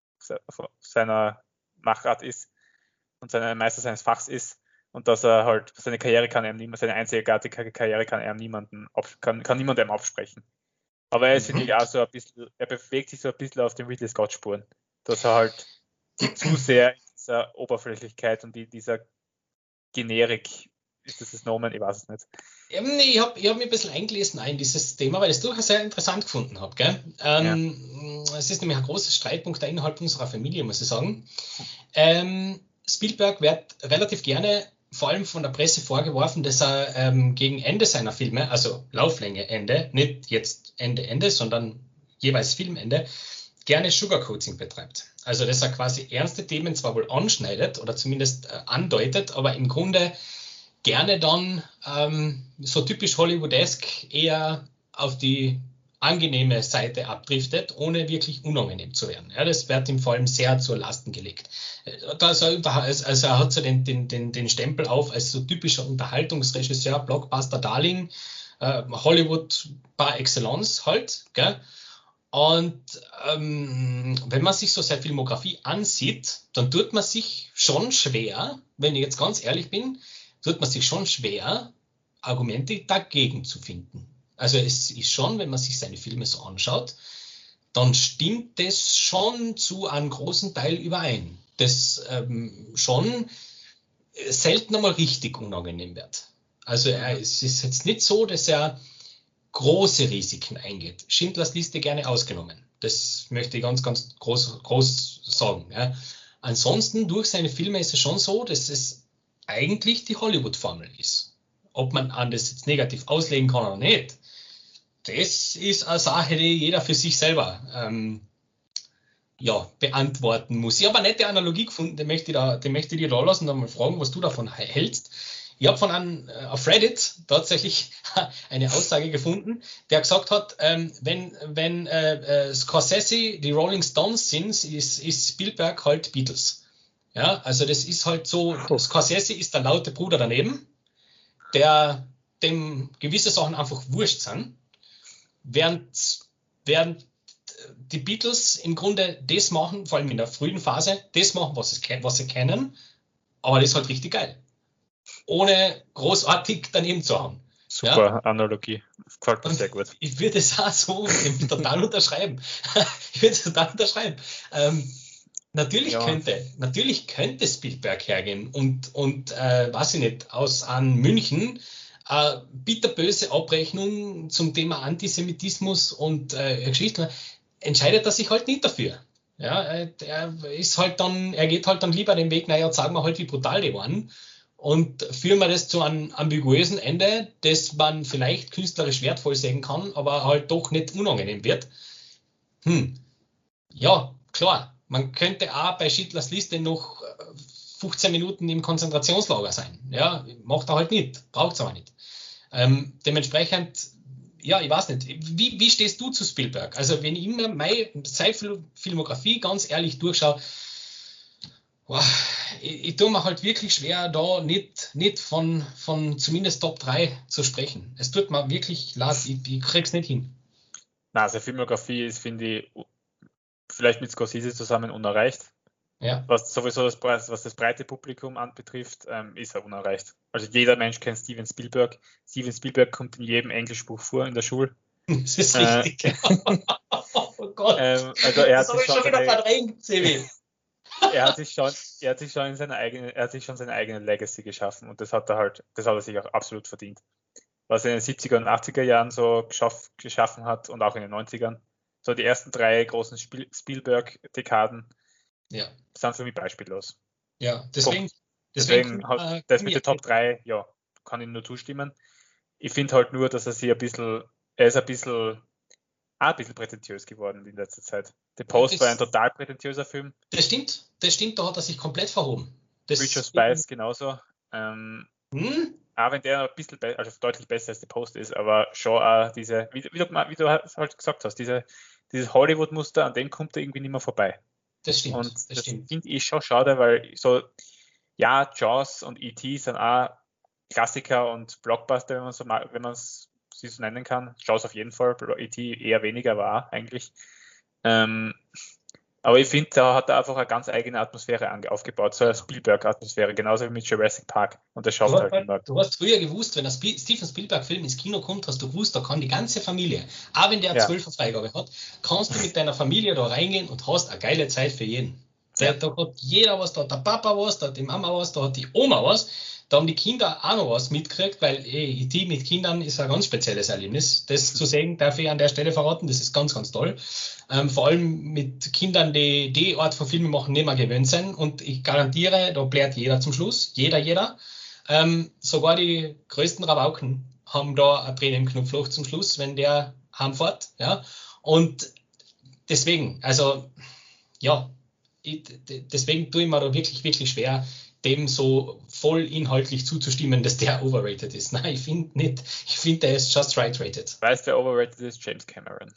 seiner Machart ist und ein Meister seines Fachs ist. Und dass er halt, seine Karriere kann er niemand, seine einzigartige Karriere kann er niemanden, kann, kann niemandem absprechen. Aber er ist, mhm. finde ich, auch so ein bisschen, er bewegt sich so ein bisschen auf den Ridley Scott-Spuren. Dass er halt zu sehr in dieser Oberflächlichkeit und in dieser Generik, ist das das Nomen? Ich weiß es nicht. Ich habe ich hab mich ein bisschen eingelesen in dieses Thema, weil ich es durchaus sehr interessant gefunden habe. Gell? Ähm, ja. Es ist nämlich ein großer Streitpunkt innerhalb unserer Familie, muss ich sagen. Ähm, Spielberg wird relativ gerne vor allem von der Presse vorgeworfen, dass er ähm, gegen Ende seiner Filme, also Lauflänge Ende, nicht jetzt Ende Ende, sondern jeweils Filmende, gerne Sugarcoating betreibt. Also dass er quasi ernste Themen zwar wohl anschneidet oder zumindest äh, andeutet, aber im Grunde gerne dann ähm, so typisch Hollywoodesk eher auf die angenehme Seite abdriftet, ohne wirklich unangenehm zu werden. Ja, das wird ihm vor allem sehr zur Lasten gelegt. Da ist er, also er hat so den, den, den, den Stempel auf als so typischer Unterhaltungsregisseur, Blockbuster, Darling, äh, Hollywood par excellence halt. Gell? Und ähm, wenn man sich so seine Filmografie ansieht, dann tut man sich schon schwer, wenn ich jetzt ganz ehrlich bin, tut man sich schon schwer, Argumente dagegen zu finden. Also es ist schon, wenn man sich seine Filme so anschaut, dann stimmt das schon zu einem großen Teil überein. Das ähm, schon selten einmal richtig unangenehm wird. Also er, es ist jetzt nicht so, dass er große Risiken eingeht. Schindlers Liste gerne ausgenommen. Das möchte ich ganz, ganz groß, groß sagen. Ja. Ansonsten, durch seine Filme ist es schon so, dass es eigentlich die Hollywood-Formel ist. Ob man an das jetzt negativ auslegen kann oder nicht, das ist eine Sache, die jeder für sich selber ähm, ja, beantworten muss. Ich habe eine nette Analogie gefunden, die möchte ich, da, die möchte ich dir da lassen und mal fragen, was du davon hältst. Ich habe von einem äh, auf Reddit tatsächlich eine Aussage gefunden, der gesagt hat, ähm, wenn, wenn äh, äh, Scorsese die Rolling Stones sind, ist, ist Spielberg halt Beatles. Ja, also das ist halt so, Scorsese ist der laute Bruder daneben, der dem gewisse Sachen einfach wurscht sind, während, während die Beatles im Grunde das machen, vor allem in der frühen Phase, das machen, was sie, was sie kennen, aber das ist halt richtig geil. Ohne großartig daneben zu haben. Super ja? Analogie. Gefällt mir sehr gut. Ich würde es auch so total unterschreiben. ich würde es total unterschreiben. Ähm, natürlich, ja. könnte, natürlich könnte Spielberg hergehen und, und äh, weiß ich nicht, aus an München äh, bitterböse Abrechnung zum Thema Antisemitismus und äh, Geschichten, entscheidet er sich halt nicht dafür. Ja, er ist halt dann, er geht halt dann lieber den Weg, naja, sagen wir halt, wie brutal die waren. Und führen wir das zu einem ambiguösen Ende, das man vielleicht künstlerisch wertvoll sehen kann, aber halt doch nicht unangenehm wird. Hm. Ja, klar. Man könnte auch bei Schindlers Liste noch fünfzehn Minuten im Konzentrationslager sein. Ja, macht er halt nicht. Braucht es aber nicht. Ähm, dementsprechend, ja, ich weiß nicht. Wie, wie stehst du zu Spielberg? Also, wenn ich immer meine Filmografie ganz ehrlich durchschaue, wow, ich, ich tue mir halt wirklich schwer, da nicht, nicht von, von zumindest Top drei zu sprechen. Es tut mir wirklich leid, ich, ich krieg's nicht hin. Na, also Filmografie ist, finde ich, vielleicht mit Scorsese zusammen unerreicht. Ja. Was sowieso das, was das breite Publikum anbetrifft, ähm, ist er unerreicht. Also jeder Mensch kennt Steven Spielberg. Steven Spielberg kommt in jedem Englischbuch vor in der Schule. Das ist richtig. Äh, oh Gott. Ähm, also er das hat habe ich schon wieder verdrängt, Sevi. er hat sich schon, er hat sich schon in seine eigene, er hat sich schon seine eigene Legacy geschaffen und das hat er halt, das hat er sich auch absolut verdient. Was er in den siebziger und achtziger Jahren so geschaff, geschaffen hat und auch in den neunzigern. So die ersten drei großen Spiel, Spielberg-Dekaden ja. sind für mich beispiellos. Ja, deswegen, deswegen, deswegen äh, hat, das mit der Top drei, ja, kann ich nur zustimmen. Ich finde halt nur, dass er sich ein bisschen, er ist ein bisschen, auch ein bisschen prätentiös geworden in letzter Zeit. The Post das, war ein total prätentiöser Film. Das stimmt, das stimmt, da hat er sich komplett verhoben. Das Richard Spice genauso. Ähm, hm? Auch wenn der ein bisschen, be- also deutlich besser als The Post ist, aber schon auch diese, wie, wie, du, wie du halt gesagt hast, diese, dieses Hollywood-Muster, an dem kommt er irgendwie nicht mehr vorbei. Das stimmt, und das, das stimmt. finde ich schon schade, weil so, ja, Jaws und E T sind auch Klassiker und Blockbuster, wenn man so mal, wenn man es so nennen kann. Jaws auf jeden Fall, E T eher weniger, aber auch eigentlich. Ähm, aber ich finde, da hat er einfach eine ganz eigene Atmosphäre aufgebaut, so eine Spielberg-Atmosphäre, genauso wie mit Jurassic Park. Und das schafft du, halt immer. Du hast früher gewusst, wenn ein Sp- Steven Spielberg-Film ins Kino kommt, hast du gewusst, da kann die ganze Familie, auch wenn der Ja. zwölfer Freigabe hat, kannst du mit deiner Familie da reingehen und hast eine geile Zeit für jeden. Da, Ja. da hat jeder was, da hat der Papa was, da hat die Mama was, da hat die Oma was, da haben die Kinder auch noch was mitgekriegt, weil ey, die mit Kindern ist ein ganz spezielles Erlebnis. Das zu sehen, darf ich an der Stelle verraten, das ist ganz, ganz toll. Ähm, vor allem mit Kindern, die die Art von Filmen machen, nicht mehr gewöhnt sind. Und ich garantiere, da blärt jeder zum Schluss, jeder, jeder. Ähm, sogar die größten Rabauken haben da ein Tränen im Knopfloch zum Schluss, wenn der heimfährt. Ja? Und deswegen, also ja, ich, deswegen tue ich mir da wirklich, wirklich schwer, dem so voll inhaltlich zuzustimmen, dass der overrated ist. Nein, ich finde nicht. Ich finde, der ist just right rated. Weißt du, wer overrated ist? James Cameron.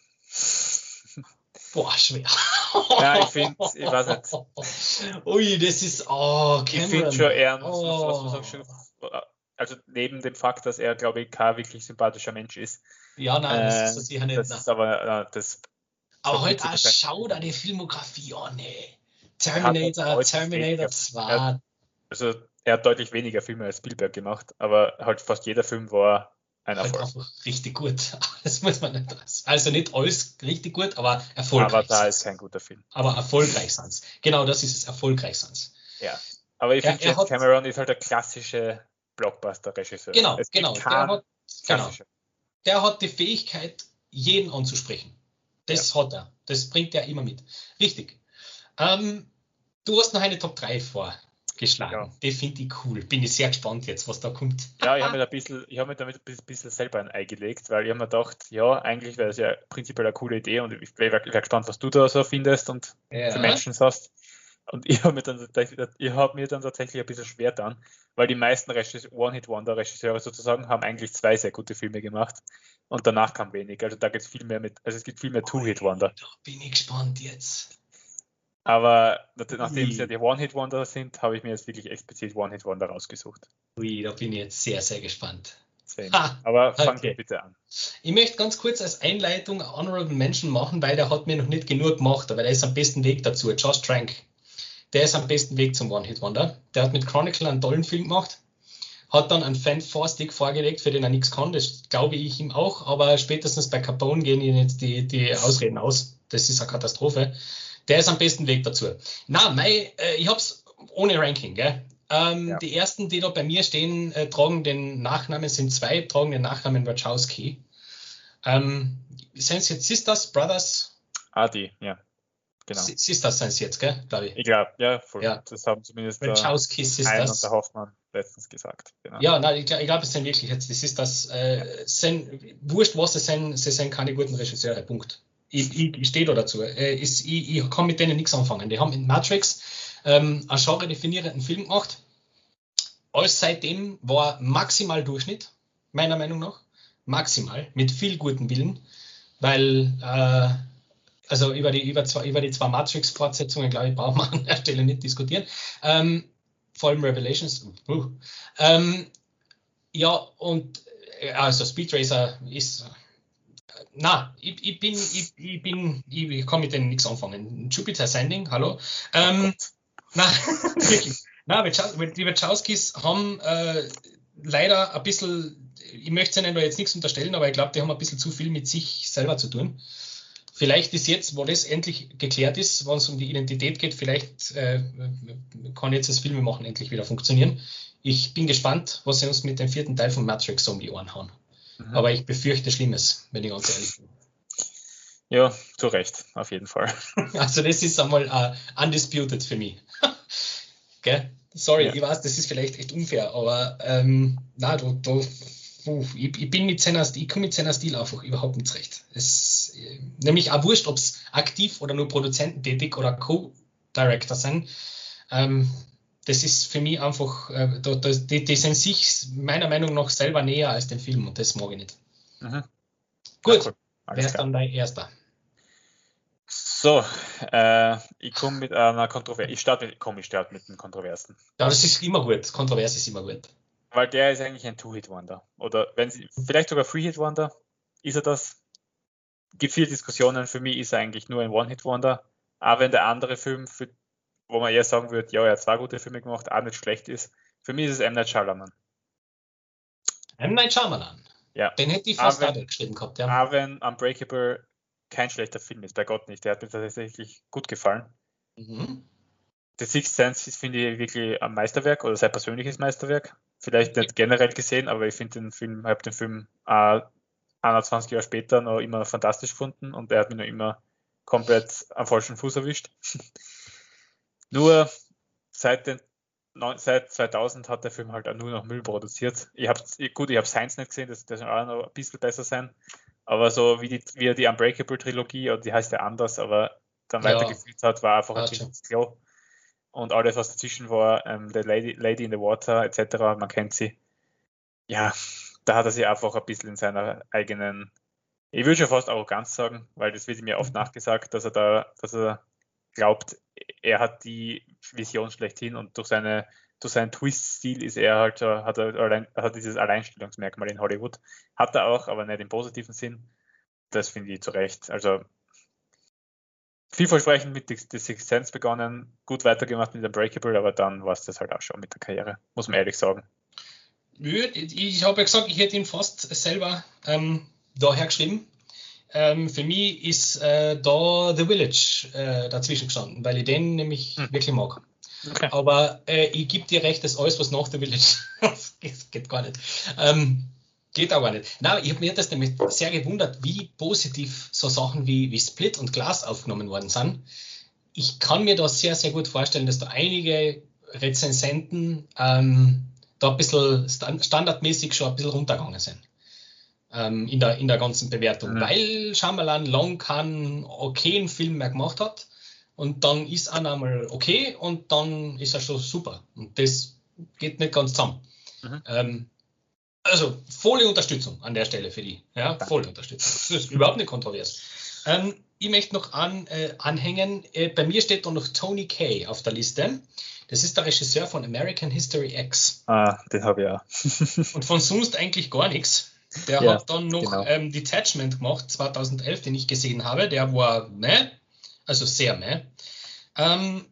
Boah, schwer. Ja, ich finde, ich weiß nicht. Ui, das ist, oh, Cameron. Ich finde schon eher, oh. was man sagt, schon, also neben dem Fakt, dass er, glaube ich, kein wirklich sympathischer Mensch ist. Ja, nein, das äh, ist das sicher nicht. Das nein. ist aber, äh, das. Aber so halt auch, sein. schau da die Filmografie an, ey. Terminator, Terminator zwei. Er, also, er hat deutlich weniger Filme als Spielberg gemacht, aber halt fast jeder Film war ein halt Erfolg. Einfach richtig gut. Das muss man nicht. Also nicht alles richtig gut, aber erfolgreich. Aber da ist kein guter Film. Aber erfolgreich sind Genau, das ist es, erfolgreich sind Ja, aber ich finde, James hat, Cameron ist halt der klassische Blockbuster-Regisseur. Genau, genau. Der hat, genau. Der hat die Fähigkeit, jeden anzusprechen. Das ja. hat er. Das bringt er immer mit. Richtig. Ähm, du hast noch eine Top drei vorgeschlagen. Ja. Die finde ich cool. Bin ich sehr gespannt jetzt, was da kommt. Ja, ich habe mir, ein bisschen, ich hab mir damit ein bisschen selber ein Ei gelegt, weil ich habe mir gedacht, ja, eigentlich wäre es ja prinzipiell eine coole Idee und ich wäre wär gespannt, was du da so findest und ja. für Menschen hast. Und ich habe mir, dann, hab mir dann tatsächlich ein bisschen schwer getan, weil die meisten One-Hit-Wonder-Regisseure sozusagen haben eigentlich zwei sehr gute Filme gemacht und danach kam wenig. Also da geht es viel mehr mit, also es gibt viel mehr Two-Hit-Wonder. Da bin ich gespannt jetzt. Aber nachdem es ja die One-Hit-Wonder sind, habe ich mir jetzt wirklich explizit One-Hit-Wonder rausgesucht. Ui, da bin ich jetzt sehr, sehr gespannt. Ha, aber fang okay. bitte an. Ich möchte ganz kurz als Einleitung Honorable Mention machen, weil der hat mir noch nicht genug gemacht, aber der ist am besten Weg dazu. Josh Trank. Der ist am besten Weg zum One-Hit-Wonder. Der hat mit Chronicle einen tollen Film gemacht, hat dann einen Fan-Four-Stick vorgelegt, für den er nichts kann, das glaube ich ihm auch, aber spätestens bei Capone gehen ihm jetzt die, die Ausreden aus. Das ist eine Katastrophe. Der ist am besten Weg dazu. Na, mei, äh, ich hab's ohne Ranking, gell? Ähm, ja. Die ersten, die da bei mir stehen, äh, tragen den Nachnamen, sind zwei, tragen den Nachnamen Wachowski. Ähm, sind es jetzt Sisters, Brothers? Ah, die, ja. Genau. Sisters sind es jetzt, gell, glaube ich. Ich glaube, ja, voll. Ja. Das haben zumindest Wachowski der Sisters. Hein und der Hoffmann letztens gesagt. Genau. Ja, nein, ich glaube, glaub, es sind wirklich jetzt die Sisters. Äh, ja. sind, wurscht was, sie sind, sie sind keine guten Regisseure, Punkt. Ich, ich, ich stehe da dazu. Äh, ist, ich, ich kann mit denen nichts anfangen. Die haben in Matrix ähm, einen genre-definierenden Film gemacht. Alles seitdem war maximal Durchschnitt, meiner Meinung nach. Maximal, mit viel guten Willen. Weil, äh, also über die, über zwei, über die zwei Matrix-Fortsetzungen, glaube ich, brauchen wir an der Stelle nicht diskutieren. Ähm, vor allem Revelations. Uh. Ähm, ja, und also Speed Racer ist... Na, ich, ich bin, ich, ich bin, ich, ich kann mit denen nichts anfangen. Jupiter Ascending, hallo. Ähm, oh na, wirklich. Na, die Wachowskis haben äh, leider ein bisschen, ich möchte ihnen da jetzt nichts unterstellen, aber ich glaube, die haben ein bisschen zu viel mit sich selber zu tun. Vielleicht ist jetzt, wo das endlich geklärt ist, wenn es um die Identität geht, vielleicht äh, kann jetzt das Filmemachen endlich wieder funktionieren. Ich bin gespannt, was sie uns mit dem vierten Teil von Matrix um die Ohren hauen. Mhm. Aber ich befürchte Schlimmes, wenn ich ganz ehrlich bin. Ja, zu Recht, auf jeden Fall. Also das ist einmal uh, undisputed für mich. Gell? Sorry, ja. Ich weiß, das ist vielleicht echt unfair, aber ähm, na, du, du, ich, ich bin mit seiner Stil, ich komme mit seiner Stil einfach überhaupt nicht zurecht. Es, äh, nämlich auch wurscht, ob es aktiv oder nur Produzenten tätig oder Co-Director sind. Ähm, das ist für mich einfach, äh, da, da, die, die sind sich meiner Meinung nach selber näher als den Film und das mag ich nicht. Mhm. Gut, cool. Wer ist dann dein Erster? So, äh, ich komme mit einer Kontroverse. Ich starte mit, komm, ich starte mit einem Kontroversen. Ja, das ist immer gut. Kontrovers ist immer gut. Weil der ist eigentlich ein Two-Hit-Wonder. Oder wenn sie, vielleicht sogar Three-Hit-Wonder. Ist er das? Gibt viele Diskussionen. Für mich ist er eigentlich nur ein One-Hit-Wonder. Aber wenn der andere Film, für, wo man eher sagen würde, ja, er hat zwei gute Filme gemacht, auch nicht schlecht ist. Für mich ist es M. Night Shyamalan. M. Night Shyamalan? Ja. Den hätte ich fast gerade geschrieben gehabt, ja. Aber wenn Unbreakable kein schlechter Film ist, bei Gott nicht. Der hat mir tatsächlich gut gefallen. Mhm. The Sixth Sense ist, finde ich, wirklich ein Meisterwerk oder sein persönliches Meisterwerk. Vielleicht nicht generell gesehen, aber ich finde den Film, habe den Film äh, einundzwanzig Jahre später noch immer fantastisch gefunden und er hat mich noch immer komplett am falschen Fuß erwischt. Nur seit, den, seit zweitausend hat der Film halt auch nur noch Müll produziert. Ich hab, gut, ich habe Science nicht gesehen, das, das soll auch noch ein bisschen besser sein. Aber so wie, die, wie er die Unbreakable-Trilogie, oder die heißt ja anders, aber dann Ja. weitergeführt hat, war einfach ein Ja, ziemliches Klo. und alles, was dazwischen war, ähm, The Lady, Lady in the Water et cetera, man kennt sie. Ja, da hat er sich einfach ein bisschen in seiner eigenen, ich würde schon fast Arroganz sagen, weil das wird ihm ja oft nachgesagt, dass er da, dass er glaubt, er hat die Vision schlechthin und durch seine durch seinen Twist-Stil ist er halt, hat er allein, hat dieses Alleinstellungsmerkmal in Hollywood. Hat er auch, aber nicht im positiven Sinn. Das finde ich zu Recht. Also vielversprechend mit The Sixth Sense begonnen, gut weitergemacht mit Unbreakable, aber dann war es das halt auch schon mit der Karriere, muss man ehrlich sagen. Ich habe ja gesagt, ich hätte ihn fast selber ähm, daher geschrieben. Ähm, für mich ist äh, da The Village äh, dazwischen gestanden, weil ich den nämlich hm. wirklich mag. Okay. Aber äh, ich gebe dir recht, dass alles, was nach The Village das geht, geht gar nicht. Ähm, geht auch gar nicht. Nein, ich habe mir das nämlich sehr gewundert, wie positiv so Sachen wie, wie Split und Glass aufgenommen worden sind. Ich kann mir da sehr, sehr gut vorstellen, dass da einige Rezensenten ähm, da ein bisschen standardmäßig schon ein bisschen runtergegangen sind. Ähm, in, der, in der ganzen Bewertung. Mhm. Weil Shyamalan lang keinen okayen Film mehr gemacht hat. Und dann ist er einmal okay und dann ist er schon super. Und das geht nicht ganz zusammen. Mhm. Ähm, also volle Unterstützung an der Stelle für die. Ja, volle Unterstützung. Das ist überhaupt nicht kontrovers. Ähm, ich möchte noch an, äh, anhängen, äh, bei mir steht da noch Tony Kaye auf der Liste. Das ist der Regisseur von American History X. Ah, den habe ich auch. Und von sonst eigentlich gar nichts. Der ja, hat dann noch genau. ähm, Detachment gemacht, zweitausendelf, den ich gesehen habe. Der war, ne? Also sehr, ne? Ähm,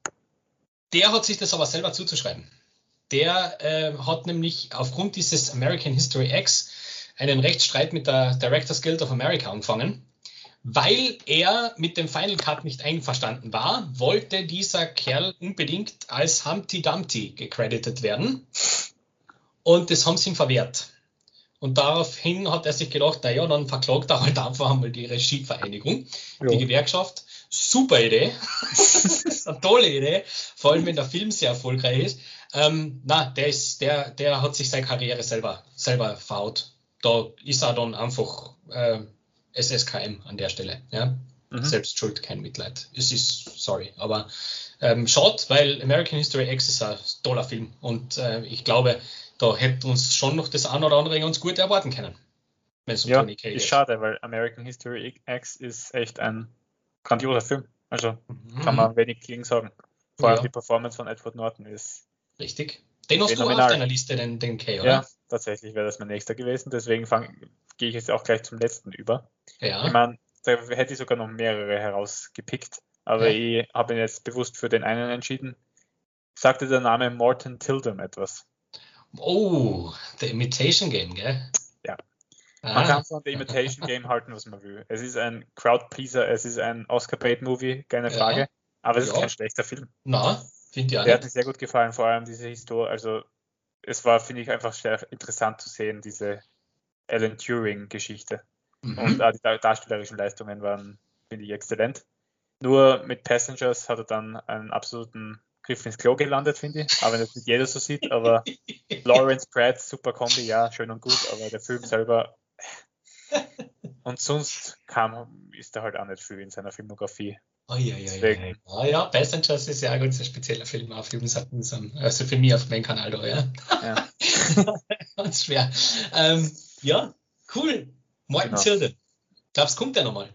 der hat sich das aber selber zuzuschreiben. Der äh, hat nämlich aufgrund dieses American History X einen Rechtsstreit mit der Directors Guild of America angefangen. Weil er mit dem Final Cut nicht einverstanden war, wollte dieser Kerl unbedingt als Humpty Dumpty gecredited werden. Und das haben sie ihm verwehrt. Und daraufhin hat er sich gedacht, naja, dann verklagt er halt einfach einmal die Regievereinigung, ja. Die Gewerkschaft. Super Idee. Das ist eine tolle Idee, vor allem wenn der Film sehr erfolgreich ist. Ähm, na, der ist, der, der hat sich seine Karriere selber, selber verhaut. Da ist er dann einfach äh, S S K M an der Stelle. Ja? Mhm. Selbst schuld, kein Mitleid. Es ist, sorry, aber ähm, schade, weil American History X ist ein toller Film und äh, ich glaube, da hätte uns schon noch das ein oder andere ganz gut erwarten können. Wenn es um ja, Tony Kaye ist geht. Schade, weil American History X ist echt ein grandioser Film. Also mhm. kann man wenig gegen sagen. Vor allem ja. Die Performance von Edward Norton ist richtig. Den hast phänomenal. Du auf deiner Liste, den, den Kaye, oder? Ja, tatsächlich wäre das mein nächster gewesen. Deswegen gehe ich jetzt auch gleich zum letzten über. Ja. Ich meine, da hätte ich sogar noch mehrere herausgepickt. Aber ja. Ich habe ihn jetzt bewusst für den einen entschieden. Sagte der Name Morton Tilden etwas? Oh, The Imitation Game, gell? Ja. Ah. Man kann von The Imitation Game halten, was man will. Es ist ein Crowdpleaser, es ist ein Oscar-Bait-Movie, keine Frage. Ja. Aber es ja. ist kein schlechter Film. Na, finde ich auch Der nicht. hat mir sehr gut gefallen, vor allem diese Historie. Also, es war, finde ich, einfach sehr interessant zu sehen, diese Alan Turing-Geschichte. Mhm. Und auch die darstellerischen Leistungen waren, finde ich, exzellent. Nur mit Passengers hat er dann einen absoluten Griff ins Klo gelandet, finde ich. Aber nicht mit jeder so sieht. Aber Lawrence Pratt, super Kombi, ja, schön und gut. Aber der Film selber. Und sonst kam, ist er halt auch nicht viel in seiner Filmografie. Oh, ja, ja, ja, ja. Ah, ja, Passengers ist ja ein ganz spezieller Film auf also für mich auf meinem Kanal da, ja. ja. Ganz schwer. Ähm, ja, cool. Morton genau. Tilden. Glaubst du, kommt der nochmal?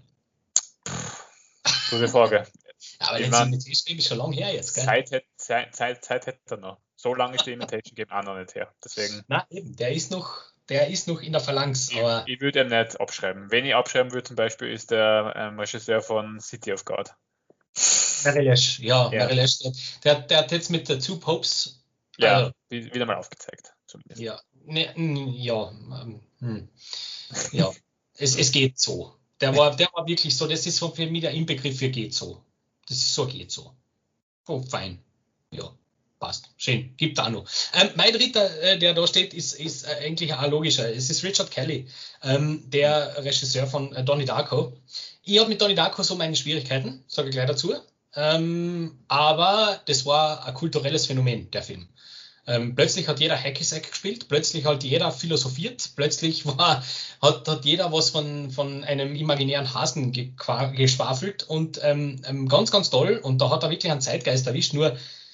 Gute Frage. Ja, aber den Imitation Game ist schon lange her jetzt, gell? Zeit, hätte, Zeit, Zeit, Zeit hätte er noch. So lange ist der Imitation Game auch noch nicht her. Deswegen. Na eben, der ist noch, der ist noch in der Phalanx. Ich, aber ich würde ihn nicht abschreiben. Wenn ich abschreiben würde, zum Beispiel, ist der ähm, Regisseur von City of God. Marilesh, ja, ja. Marilesh. Der, der hat jetzt mit der Two Popes ja, also, wieder mal aufgezeigt. Zumindest. Ja, ne, ja, hm. ja. es, es geht so. Der war, der war wirklich so, das ist so für mich der Inbegriff für geht so. Das ist so, geht so. Oh, fein. Ja, passt. Schön. Gibt da noch. Ähm, mein dritter, äh, der da steht, ist, ist äh, eigentlich auch logischer. Es ist Richard Kelly, ähm, der Regisseur von äh, Donnie Darko. Ich habe mit Donnie Darko so meine Schwierigkeiten, sage ich gleich dazu. Ähm, aber das war ein kulturelles Phänomen, der Film. Ähm, plötzlich hat jeder Hacky-Sack gespielt, plötzlich hat jeder philosophiert, plötzlich war, hat, hat jeder was von, von einem imaginären Hasen ge- geschwafelt und ähm, ähm, ganz, ganz toll. Und da hat er wirklich einen Zeitgeist erwischt. Nur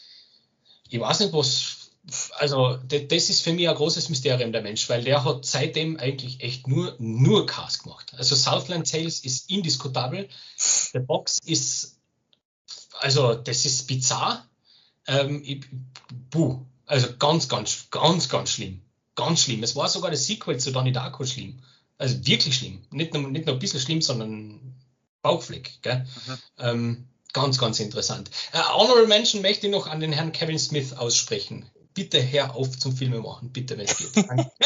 ich weiß nicht, was, also das ist für mich ein großes Mysterium, der Mensch, weil der hat seitdem eigentlich echt nur, nur Cast gemacht. Also Southland Tales ist indiskutabel, The Box ist, also das ist bizarr, ähm, ich, buh, also ganz, ganz, ganz, ganz schlimm, ganz schlimm. Es war sogar das Sequel zu Donnie Darko schlimm, also wirklich schlimm, nicht nur, nicht nur ein bisschen schlimm, sondern Bauchfleck, gell? Mhm. Ähm, ganz, ganz interessant. Äh, Honorable Mention möchte ich noch an den Herrn Kevin Smith aussprechen. Bitte hör auf zum Filme machen, bitte, wenn es geht.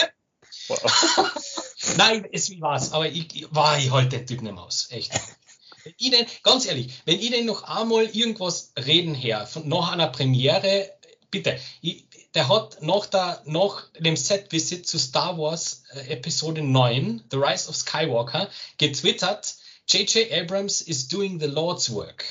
Wow. Nein, es war's, aber ich, ich, war, ich halte den Typ nicht mehr aus, echt. Wenn ich denn, ganz ehrlich, wenn ich denn noch einmal irgendwas reden her, von, nach einer Premiere, bitte, ich, der hat nach, der, nach dem Set-Visit zu Star Wars äh, Episode neun, The Rise of Skywalker, getwittert, J J Abrams is doing the Lord's work.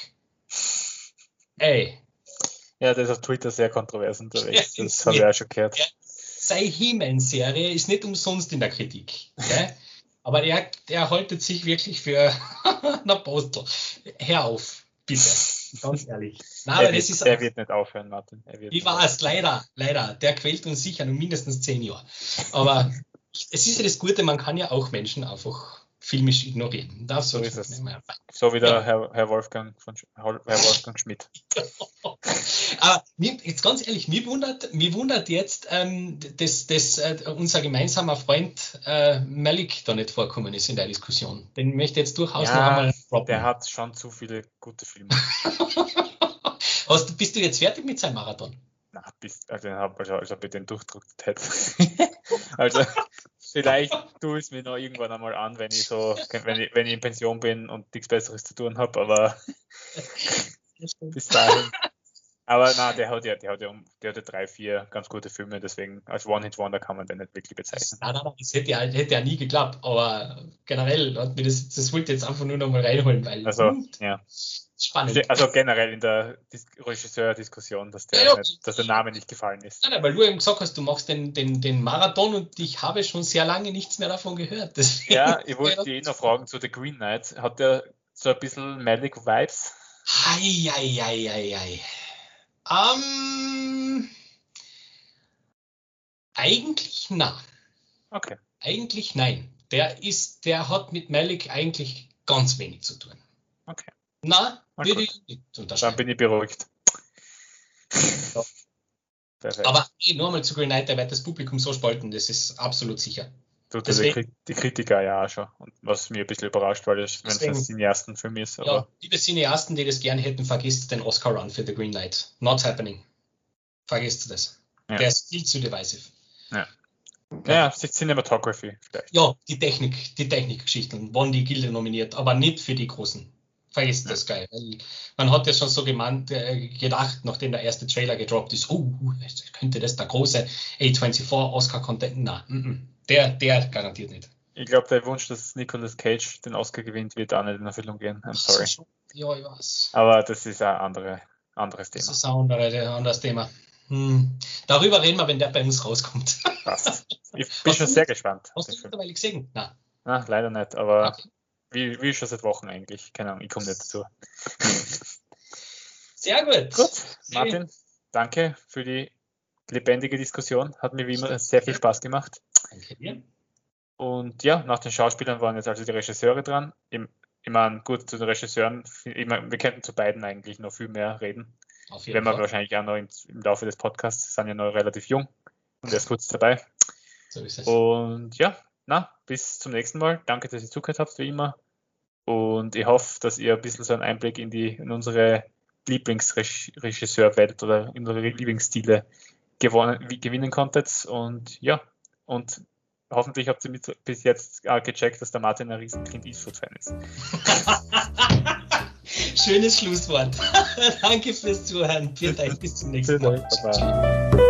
Ey. Ja, der ist auf Twitter sehr kontrovers unterwegs, ja, das habe ich auch schon gehört. Ja, seine He-Man-Serie ist nicht umsonst in der Kritik. Gell? Aber er, er haltet sich wirklich für ein Apostel. Hör auf, bitte. Ganz ehrlich. Nein, er, wird, ist, er wird nicht aufhören, Martin. Er wird ich weiß, leider, leider. Der quält uns sicher noch mindestens zehn Jahre. Aber es ist ja das Gute, man kann ja auch Menschen einfach filmisch ignorieren. Das so ist es. So wie der ja. Herr, Herr, Wolfgang von, Herr Wolfgang Schmidt. Aber mir, jetzt ganz ehrlich, mir wundert, mir wundert jetzt, ähm, dass, dass äh, unser gemeinsamer Freund äh, Malik da nicht vorkommen ist in der Diskussion. Den möchte ich jetzt durchaus ja, noch einmal droppen. Der hat schon zu viele gute Filme. Hast, bist du jetzt fertig mit seinem Marathon? Na, bis, also, also, als ob ich den durchdruckt hätte. Also vielleicht tue ich es mir noch irgendwann einmal an, wenn ich so, wenn ich, wenn ich in Pension bin und nichts Besseres zu tun habe, aber bis dahin. Aber nein, der hat ja, der hat ja, der hat ja drei, vier ganz gute Filme, deswegen als One-Hit-Wonder kann man den nicht wirklich bezeichnen. Nein, nein, nein, das hätte ja, hätte ja nie geklappt, aber generell hat mir das, das wollte ich jetzt einfach nur noch mal reinholen, weil also, hm, ja. Spannend. Also generell in der Dis- Regisseur-Diskussion, dass der, ja, ja. Nicht, dass der Name nicht gefallen ist. Nein, nein, weil du eben gesagt hast, du machst den, den, den Marathon und ich habe schon sehr lange nichts mehr davon gehört. Deswegen ja, ich wollte dich eh noch fragen zu The Green Knight. Hat der so ein bisschen Malik-Vibes? Ei, ei, ei, ei, ei. Um, eigentlich nein. Okay. Eigentlich nein. Der ist, der hat mit Malik eigentlich ganz wenig zu tun. Okay. Nein, würde ich nicht unterschreiben. Dann bin ich beruhigt. Ja. Aber eh, nur mal zu Green Knight, der wird das Publikum so spalten, das ist absolut sicher. Tut die, die Kritiker ja auch schon. Und was mich ein bisschen überrascht, weil das, wenn es ein Cineasten für mich ist. Aber ja, liebe Cineasten, die das gerne hätten, vergisst den Oscar-Run für The Green Knight. Not happening. Vergisst das. Ja. Der ist viel zu divisive. Ja. Ja, Cinematography vielleicht. Ja, die Technik, die Technikgeschichten, wann die Gilde nominiert, aber nicht für die großen. Vergesst ja. Das, geil. Man hat ja schon so gemeint, äh, gedacht, nachdem der erste Trailer gedroppt ist, oh, könnte das der große A vierundzwanzig Oscar-Content? Nein, m -m. Der, der garantiert nicht. Ich glaube, der Wunsch, dass Nicolas Cage den Oscar gewinnt, wird auch nicht in Erfüllung gehen. I'm sorry. Ja, ich weiß. Aber das ist ein andere, anderes Thema. Das ist ein anderes, anderes Thema. Hm. Darüber reden wir, wenn der bei uns rauskommt. Passt. Ich bin hast schon sehr gespannt. Hast du das mittlerweile gesehen? Nein. Nein, leider nicht, aber okay. wie, wie schon seit Wochen eigentlich. Keine Ahnung, ich komme nicht dazu. Sehr gut. Gut, Martin, danke für die lebendige Diskussion. Hat mir wie immer sehr viel Spaß gemacht. Danke dir. Und ja, nach den Schauspielern waren jetzt also die Regisseure dran. Ich, ich meine, gut, zu den Regisseuren, ich mein, wir könnten zu beiden eigentlich noch viel mehr reden. Auf jeden Wenn wir Fall. wahrscheinlich auch noch im, im Laufe des Podcasts, sind ja noch relativ jung und erst kurz dabei. So ist es. Und ja, na, bis zum nächsten Mal. Danke, dass ihr zugehört habt, wie immer. Und ich hoffe, dass ihr ein bisschen so einen Einblick in die in unsere Lieblingsregisseurwelt oder in unsere Lieblingsstile gewonnen, gewinnen konntet. Und ja, und hoffentlich habt ihr mit, bis jetzt äh, gecheckt, dass der Martin ein riesen Clint Eastwood-Fan ist. Schönes Schlusswort. Danke fürs Zuhören. Bis zum nächsten Mal. Bye-bye.